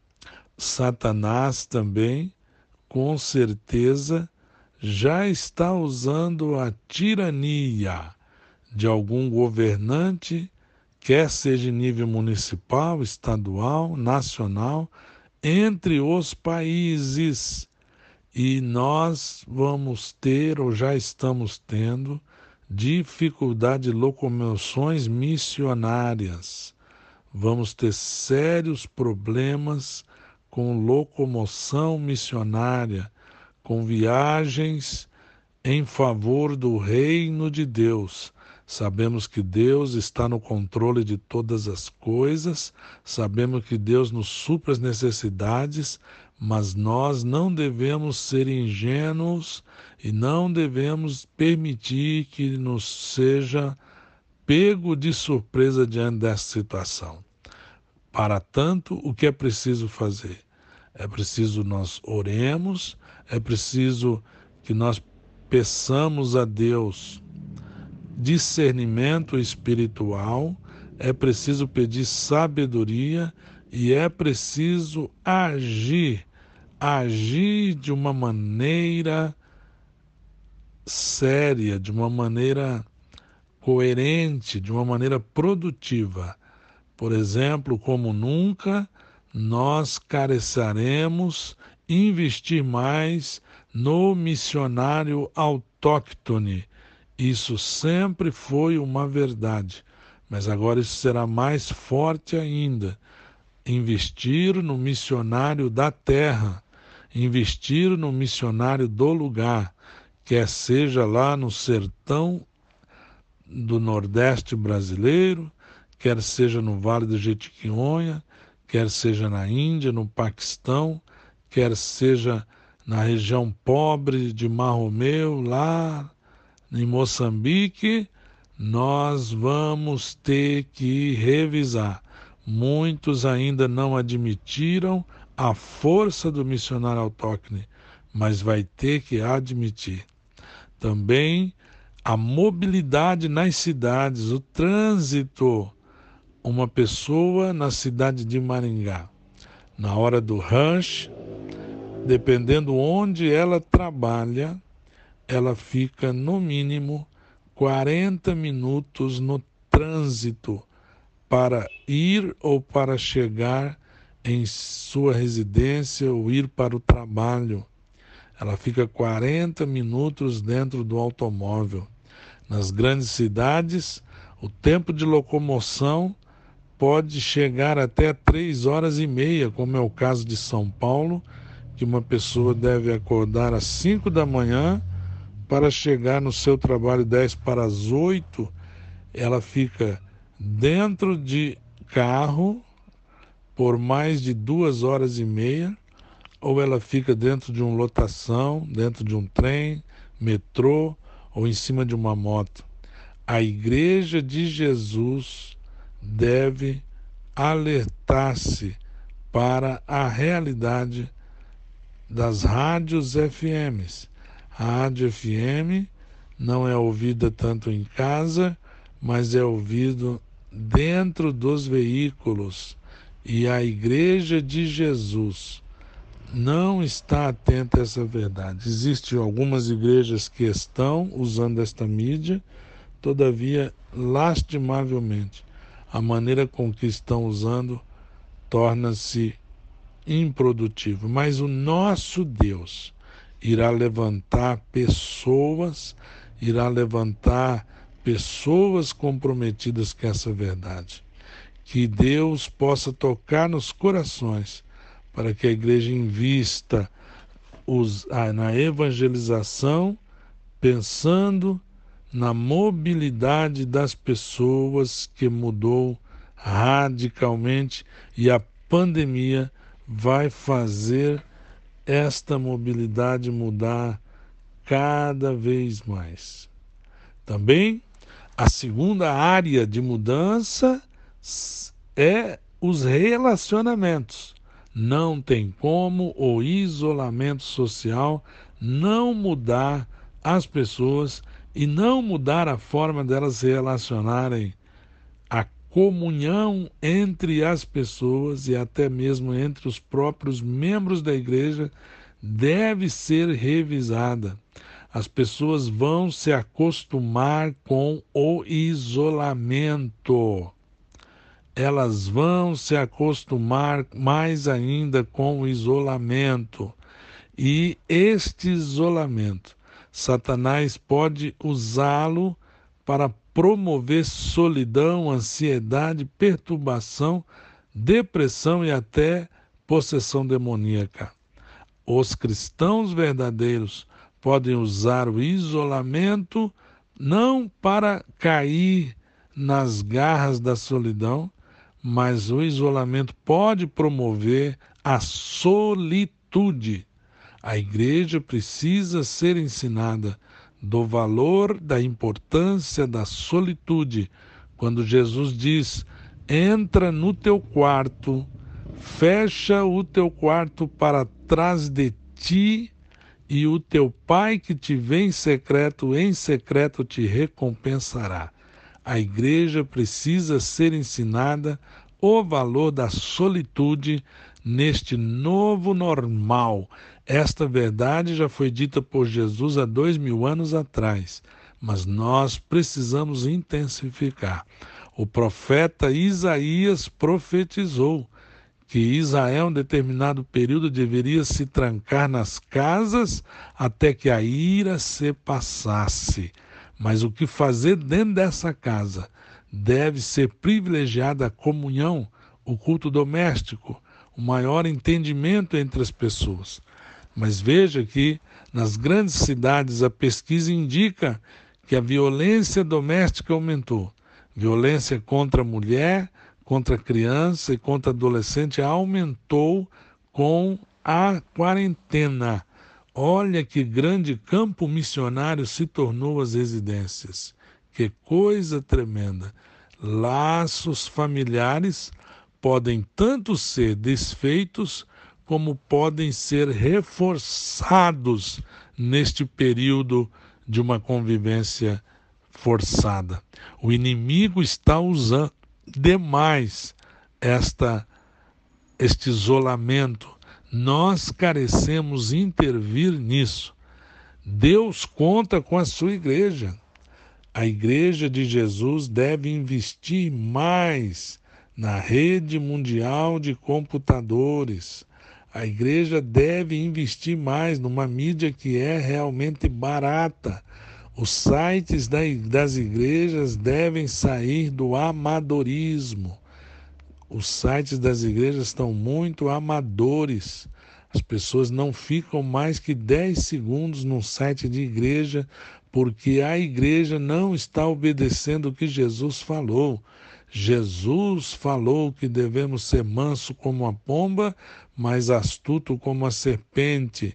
Satanás também, com certeza, já está usando a tirania de algum governante, quer seja em nível municipal, estadual, nacional, entre os países. E nós vamos ter, ou já estamos tendo, dificuldade de locomoções missionárias. Vamos ter sérios problemas com locomoção missionária, com viagens em favor do reino de Deus. Sabemos que Deus está no controle de todas as coisas, sabemos que Deus nos supre as necessidades, mas nós não devemos ser ingênuos e não devemos permitir que nos seja pego de surpresa diante dessa situação. Para tanto, o que é preciso fazer? É preciso nós oremos, é preciso que nós peçamos a Deus discernimento espiritual, é preciso pedir sabedoria e é preciso agir de uma maneira séria, de uma maneira coerente, de uma maneira produtiva. Por exemplo, como nunca, nós careceremos investir mais no missionário autóctone. Isso sempre foi uma verdade, mas agora isso será mais forte ainda. Investir no missionário da terra, investir no missionário do lugar, quer seja lá no sertão do Nordeste brasileiro, quer seja no Vale do Jequitinhonha, quer seja na Índia, no Paquistão, quer seja na região pobre de Marromeu, lá em Moçambique, nós vamos ter que revisar. Muitos ainda não admitiram a força do missionário autóctone, mas vai ter que admitir. Também a mobilidade nas cidades, o trânsito. Uma pessoa na cidade de Maringá, na hora do rush, dependendo onde ela trabalha, ela fica no mínimo 40 minutos no trânsito para ir ou para chegar em sua residência ou ir para o trabalho. Ela fica 40 minutos dentro do automóvel. Nas grandes cidades, o tempo de locomoção pode chegar até 3 horas e meia, como é o caso de São Paulo, que uma pessoa deve acordar às 5 da manhã para chegar no seu trabalho 10 para as 8. Ela fica dentro de carro por mais de 2 horas e meia, ou ela fica dentro de uma lotação, dentro de um trem, metrô ou em cima de uma moto. A Igreja de Jesus deve alertar-se para a realidade das rádios FMs. A rádio FM não é ouvida tanto em casa, mas é ouvido dentro dos veículos. E a Igreja de Jesus não está atenta a essa verdade. Existem algumas igrejas que estão usando esta mídia, todavia, lastimavelmente, a maneira com que estão usando torna-se improdutivo. Mas o nosso Deus irá levantar pessoas comprometidas com essa verdade. Que Deus possa tocar nos corações para que a igreja invista na evangelização, pensando na mobilidade das pessoas, que mudou radicalmente, e a pandemia vai fazer esta mobilidade mudar cada vez mais. Também a segunda área de mudança é os relacionamentos. Não tem como o isolamento social não mudar as pessoas e não mudar a forma delas se relacionarem. A comunhão entre as pessoas e até mesmo entre os próprios membros da igreja deve ser revisada. As pessoas vão se acostumar com o isolamento. Elas vão se acostumar mais ainda com o isolamento. E este isolamento, Satanás pode usá-lo para promover solidão, ansiedade, perturbação, depressão e até possessão demoníaca. Os cristãos verdadeiros podem usar o isolamento não para cair nas garras da solidão, mas o isolamento pode promover a solitude. A igreja precisa ser ensinada do valor, da importância da solitude. Quando Jesus diz: entra no teu quarto, fecha o teu quarto para trás de ti, e o teu pai que te vê em secreto te recompensará. A igreja precisa ser ensinada o valor da solitude neste novo normal. Esta verdade já foi dita por Jesus há 2000 anos atrás, mas nós precisamos intensificar. O profeta Isaías profetizou que Israel, em determinado período, deveria se trancar nas casas até que a ira se passasse. Mas o que fazer dentro dessa casa? Deve ser privilegiada a comunhão, o culto doméstico, o maior entendimento entre as pessoas. Mas veja que nas grandes cidades a pesquisa indica que a violência doméstica aumentou. Violência contra a mulher, contra a criança e contra a adolescente aumentou com a quarentena. Olha que grande campo missionário se tornou as residências. Que coisa tremenda. Laços familiares podem tanto ser desfeitos como podem ser reforçados neste período de uma convivência forçada. O inimigo está usando demais este isolamento. Nós carecemos intervir nisso. Deus conta com a sua igreja. A igreja de Jesus deve investir mais na rede mundial de computadores. A igreja deve investir mais numa mídia que é realmente barata. Os sites das igrejas devem sair do amadorismo. Os sites das igrejas estão muito amadores. As pessoas não ficam mais que 10 segundos num site de igreja, porque a igreja não está obedecendo o que Jesus falou. Jesus falou que devemos ser manso como a pomba, mas astuto como a serpente.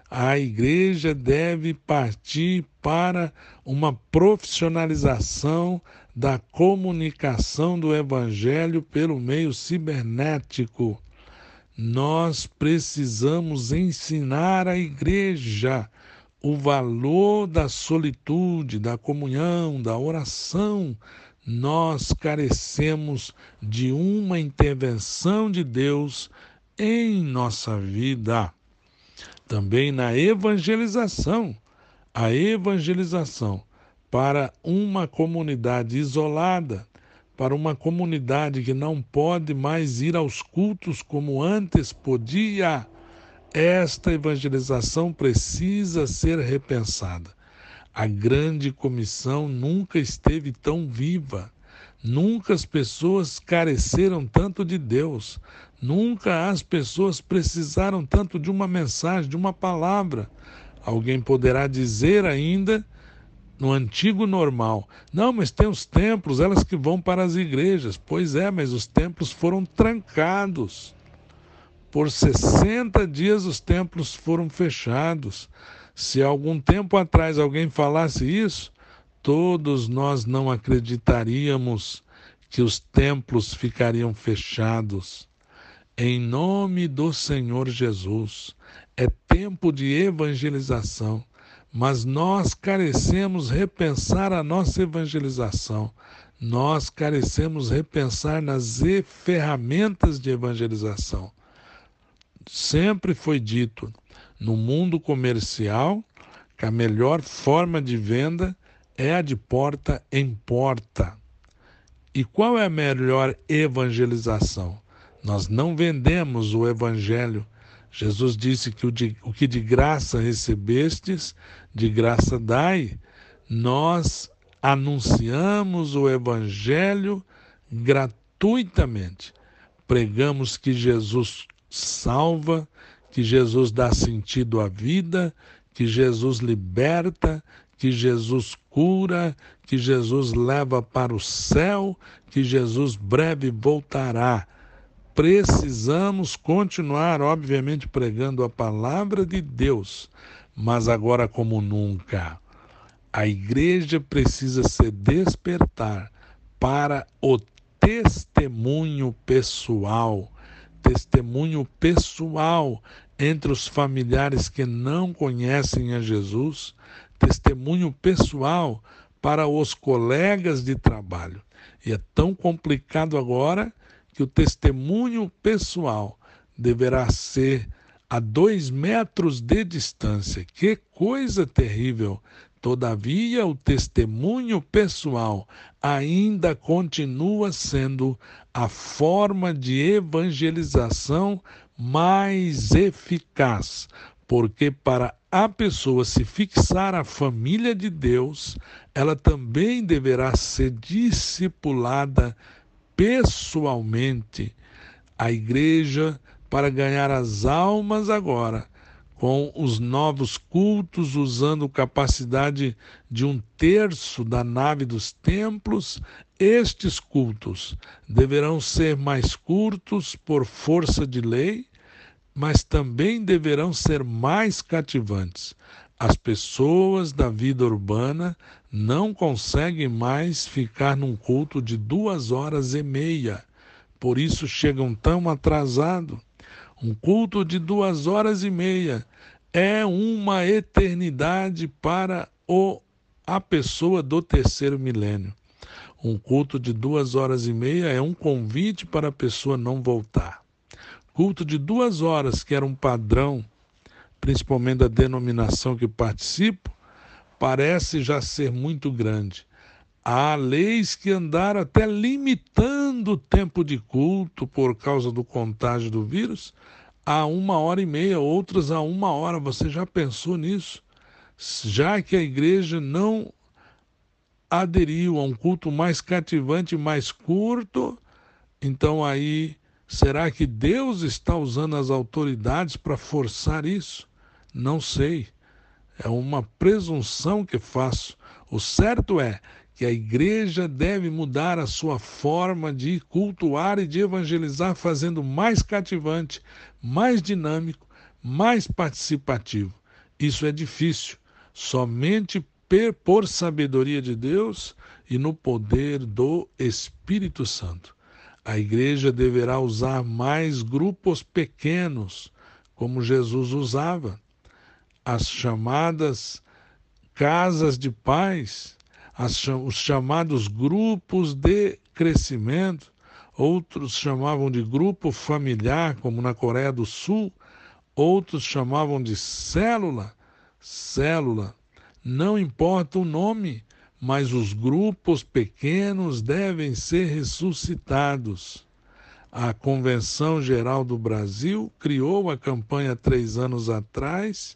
A igreja deve partir para uma profissionalização da comunicação do evangelho pelo meio cibernético. Nós precisamos ensinar a igreja o valor da solitude, da comunhão, da oração. Nós carecemos de uma intervenção de Deus em nossa vida. Também na evangelização, a evangelização para uma comunidade isolada, para uma comunidade que não pode mais ir aos cultos como antes podia. Esta evangelização precisa ser repensada. A grande comissão nunca esteve tão viva. Nunca as pessoas careceram tanto de Deus. Nunca as pessoas precisaram tanto de uma mensagem, de uma palavra. Alguém poderá dizer ainda, no antigo normal, não, mas tem os templos, elas que vão para as igrejas. Pois é, mas os templos foram trancados. Por 60 dias os templos foram fechados. Se algum tempo atrás alguém falasse isso, todos nós não acreditaríamos que os templos ficariam fechados. Em nome do Senhor Jesus, é tempo de evangelização, mas nós carecemos repensar a nossa evangelização. Nós carecemos repensar nas ferramentas de evangelização. Sempre foi dito no mundo comercial que a melhor forma de venda é a de porta em porta. E qual é a melhor evangelização? Nós não vendemos o evangelho. Jesus disse que o que de graça recebestes, de graça dai. Nós anunciamos o evangelho gratuitamente. Pregamos que Jesus salva, que Jesus dá sentido à vida, que Jesus liberta, que Jesus cura, que Jesus leva para o céu, que Jesus breve voltará. Precisamos continuar, obviamente, pregando a palavra de Deus, mas agora como nunca. A igreja precisa se despertar para o testemunho pessoal entre os familiares que não conhecem a Jesus, testemunho pessoal para os colegas de trabalho. E é tão complicado agora que o testemunho pessoal deverá ser a 2 metros de distância. Que coisa terrível! Todavia, o testemunho pessoal ainda continua sendo a forma de evangelização mais eficaz, porque para a pessoa se fixar à família de Deus, ela também deverá ser discipulada pessoalmente. A igreja, para ganhar as almas agora, com os novos cultos, usando capacidade de 1/3 da nave dos templos, estes cultos deverão ser mais curtos por força de lei, mas também deverão ser mais cativantes. As pessoas da vida urbana não conseguem mais ficar num culto de 2h30, por isso chegam tão atrasados. Um culto de 2h30 é uma eternidade para a pessoa do 3º milênio. Um culto de 2h30 é um convite para a pessoa não voltar. Culto de 2 horas, que era um padrão, principalmente da denominação que participo, parece já ser muito grande. Há leis que andaram até limitando o tempo de culto por causa do contágio do vírus a 1h30, outras a 1 hora. Você já pensou nisso? Já que a igreja não aderiu a um culto mais cativante, mais curto, então aí, será que Deus está usando as autoridades para forçar isso? Não sei. É uma presunção que faço. O certo é que a igreja deve mudar a sua forma de cultuar e de evangelizar, fazendo mais cativante, mais dinâmico, mais participativo. isso é difícil. Somente por sabedoria de Deus e no poder do Espírito Santo. A igreja deverá usar mais grupos pequenos, como Jesus usava. As chamadas casas de paz, os chamados grupos de crescimento, outros chamavam de grupo familiar, como na Coreia do Sul, outros chamavam de célula. Não importa o nome, mas os grupos pequenos devem ser ressuscitados. A Convenção Geral do Brasil criou a campanha 3 anos atrás,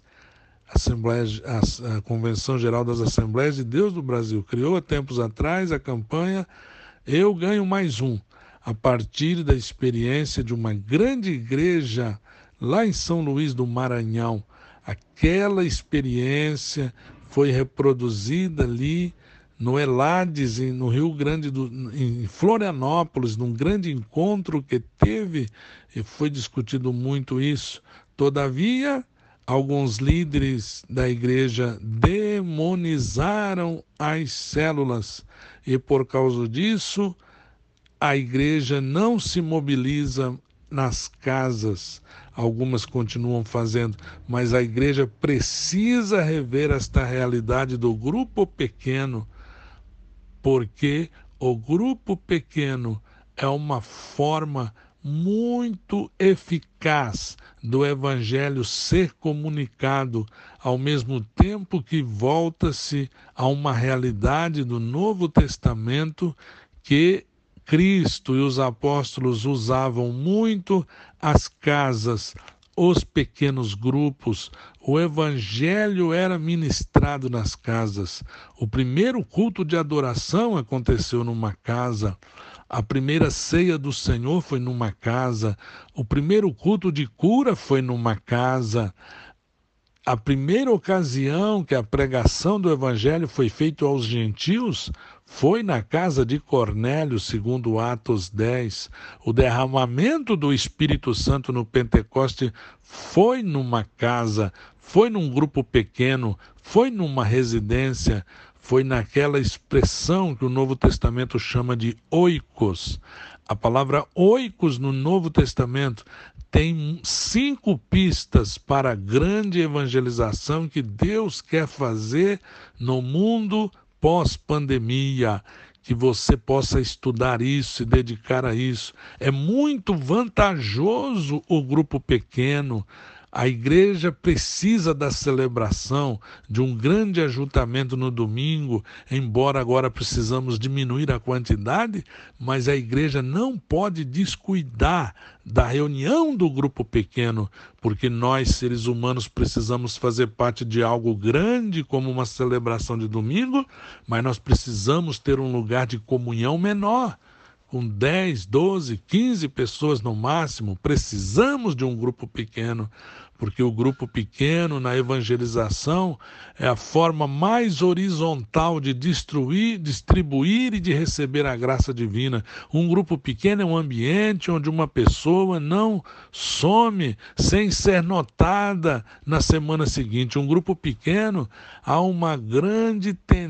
a Convenção Geral das Assembleias de Deus do Brasil criou há tempos atrás a campanha Eu Ganho Mais Um, a partir da experiência de uma grande igreja lá em São Luís do Maranhão. Aquela experiência foi reproduzida ali no Elades, no Rio Grande em Florianópolis, num grande encontro que teve, e foi discutido muito isso. Todavia, alguns líderes da igreja demonizaram as células e, por causa disso, a igreja não se mobiliza nas casas. Algumas continuam fazendo, mas a igreja precisa rever esta realidade do grupo pequeno, porque o grupo pequeno é uma forma muito eficaz do evangelho ser comunicado, ao mesmo tempo que volta-se a uma realidade do Novo Testamento que Cristo e os apóstolos usavam muito as casas, os pequenos grupos. O evangelho era ministrado nas casas. O primeiro culto de adoração aconteceu numa casa. A primeira ceia do Senhor foi numa casa. O primeiro culto de cura foi numa casa. A primeira ocasião que a pregação do evangelho foi feita aos gentios foi na casa de Cornélio, segundo Atos 10. O derramamento do Espírito Santo no Pentecoste foi numa casa, foi num grupo pequeno, foi numa residência, foi naquela expressão que o Novo Testamento chama de oikos. A palavra oikos no Novo Testamento tem 5 pistas para a grande evangelização que Deus quer fazer no mundo pós-pandemia, que você possa estudar isso, se dedicar a isso. É muito vantajoso o grupo pequeno. A igreja precisa da celebração, de um grande ajuntamento no domingo, embora agora precisamos diminuir a quantidade, mas a igreja não pode descuidar da reunião do grupo pequeno, porque nós, seres humanos, precisamos fazer parte de algo grande, como uma celebração de domingo, mas nós precisamos ter um lugar de comunhão menor, com 10, 12, 15 pessoas no máximo. Precisamos de um grupo pequeno, porque o grupo pequeno na evangelização é a forma mais horizontal de distribuir e de receber a graça divina. Um grupo pequeno é um ambiente onde uma pessoa não some sem ser notada na semana seguinte. Um grupo pequeno, há uma grande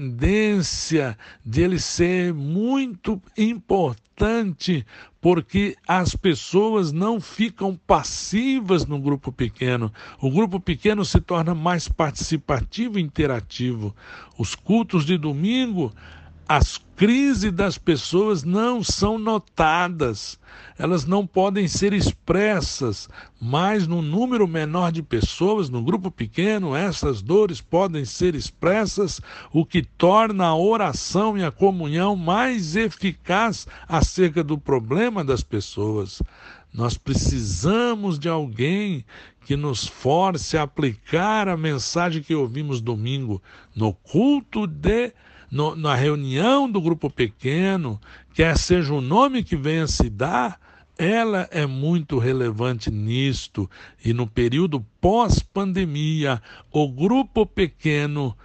tendência de ele ser muito importante, porque as pessoas não ficam passivas no grupo pequeno. O grupo pequeno se torna mais participativo e interativo. Os cultos de domingo, as crises das pessoas não são notadas, elas não podem ser expressas, mas no número menor de pessoas, no grupo pequeno, essas dores podem ser expressas, o que torna a oração e a comunhão mais eficaz acerca do problema das pessoas. Nós precisamos de alguém que nos force a aplicar a mensagem que ouvimos domingo, no culto na reunião do grupo pequeno, quer seja o nome que venha se dar, ela é muito relevante nisto. E no período pós-pandemia, o grupo pequeno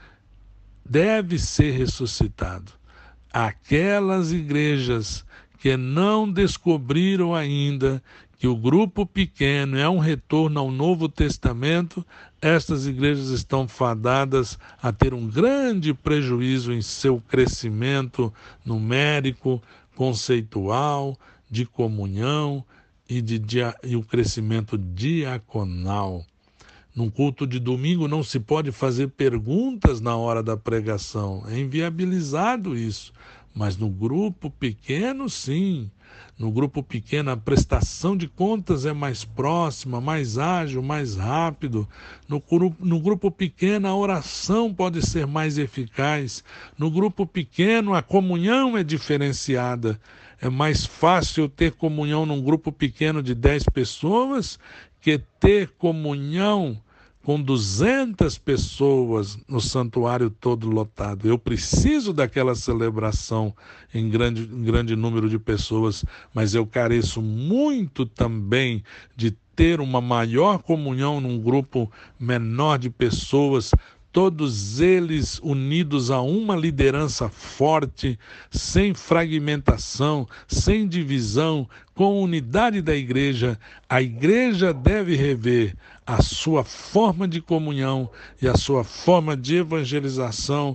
deve ser ressuscitado. Aquelas igrejas que não descobriram ainda que o grupo pequeno é um retorno ao Novo Testamento, estas igrejas estão fadadas a ter um grande prejuízo em seu crescimento numérico, conceitual, de comunhão e o crescimento diaconal. Num culto de domingo não se pode fazer perguntas na hora da pregação, é inviabilizado isso. Mas no grupo pequeno, sim. No grupo pequeno, a prestação de contas é mais próxima, mais ágil, mais rápido. No grupo pequeno, a oração pode ser mais eficaz. No grupo pequeno, a comunhão é diferenciada. É mais fácil ter comunhão num grupo pequeno de 10 pessoas que ter comunhão com 200 pessoas no santuário todo lotado. Eu preciso daquela celebração em grande número de pessoas, mas eu careço muito também de ter uma maior comunhão num grupo menor de pessoas, todos eles unidos a uma liderança forte, sem fragmentação, sem divisão, com unidade da igreja. A igreja deve rever a sua forma de comunhão e a sua forma de evangelização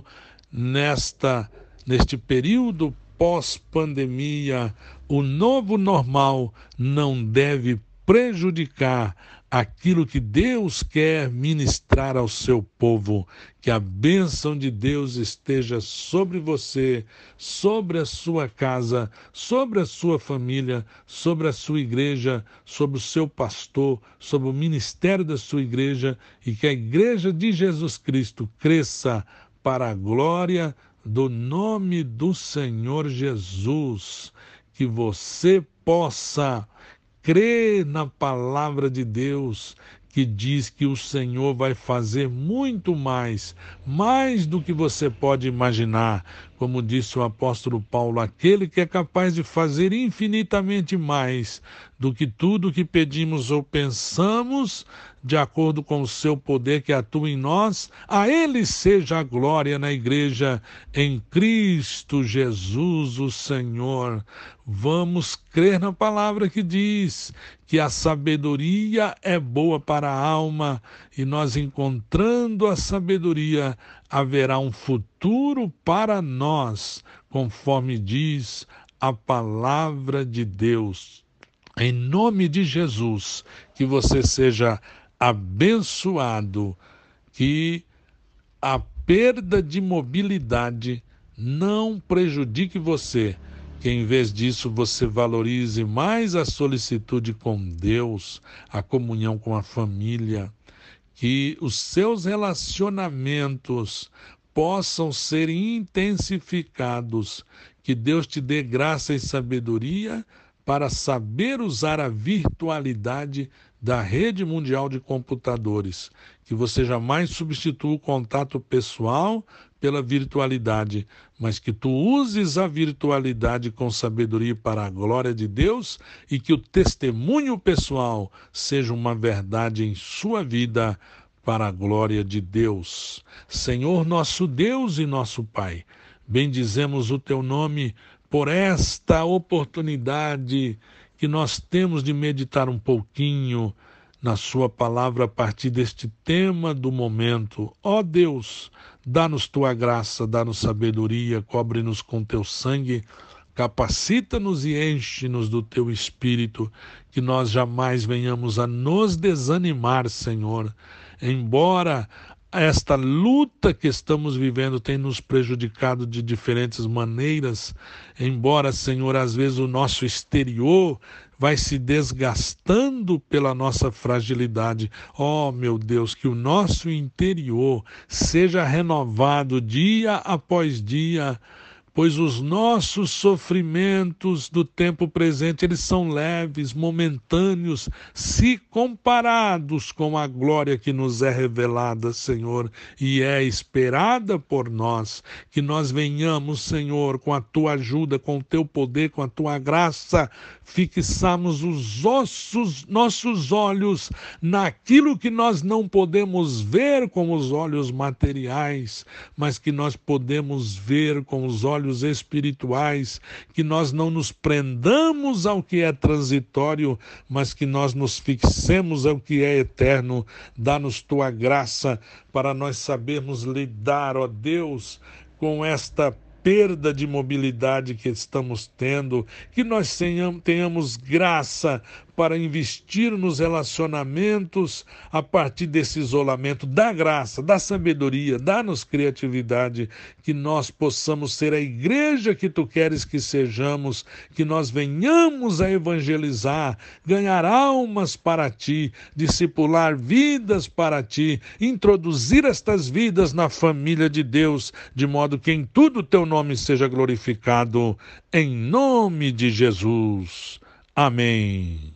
neste período pós-pandemia. O novo normal não deve prejudicar aquilo que Deus quer ministrar ao seu povo. Que a bênção de Deus esteja sobre você, sobre a sua casa, sobre a sua família, sobre a sua igreja, sobre o seu pastor, sobre o ministério da sua igreja, e que a igreja de Jesus Cristo cresça para a glória do nome do Senhor Jesus. Que você possa crer na palavra de Deus, que diz que o Senhor vai fazer muito mais do que você pode imaginar. Como disse o apóstolo Paulo, aquele que é capaz de fazer infinitamente mais do que tudo que pedimos ou pensamos, de acordo com o seu poder que atua em nós, a ele seja a glória na igreja, em Cristo Jesus, o Senhor. Vamos crer na palavra que diz que a sabedoria é boa para a alma, e nós, encontrando a sabedoria, haverá um futuro para nós, conforme diz a palavra de Deus. Em nome de Jesus, que você seja abençoado, que a perda de mobilidade não prejudique você, que em vez disso você valorize mais a solicitude com Deus, a comunhão com a família, que os seus relacionamentos possam ser intensificados, que Deus te dê graça e sabedoria para saber usar a virtualidade da rede mundial de computadores, que você jamais substitua o contato pessoal pela virtualidade, mas que tu uses a virtualidade com sabedoria para a glória de Deus, e que o testemunho pessoal seja uma verdade em sua vida para a glória de Deus. Senhor nosso Deus e nosso Pai, bendizemos o teu nome por esta oportunidade que nós temos de meditar um pouquinho na sua palavra a partir deste tema do momento. Ó Deus, dá-nos tua graça, dá-nos sabedoria, cobre-nos com teu sangue, capacita-nos e enche-nos do teu espírito, que nós jamais venhamos a nos desanimar, Senhor. Embora esta luta que estamos vivendo tenha nos prejudicado de diferentes maneiras, embora, Senhor, às vezes o nosso exterior vai se desgastando pela nossa fragilidade. Oh, meu Deus, que o nosso interior seja renovado dia após dia, pois os nossos sofrimentos do tempo presente, eles são leves, momentâneos, se comparados com a glória que nos é revelada, Senhor, e é esperada por nós. Que nós venhamos, Senhor, com a tua ajuda, com o teu poder, com a tua graça, fixamos nossos olhos naquilo que nós não podemos ver com os olhos materiais, mas que nós podemos ver com os olhos olhos espirituais, que nós não nos prendamos ao que é transitório, mas que nós nos fixemos ao que é eterno. Dá-nos tua graça para nós sabermos lidar, ó Deus, com esta perda de mobilidade que estamos tendo, que nós tenhamos graça para investir nos relacionamentos a partir desse isolamento. Dá graça, dá sabedoria, dá-nos criatividade, que nós possamos ser a igreja que tu queres que sejamos, que nós venhamos a evangelizar, ganhar almas para ti, discipular vidas para ti, introduzir estas vidas na família de Deus, de modo que em tudo teu nome seja glorificado, em nome de Jesus. Amém.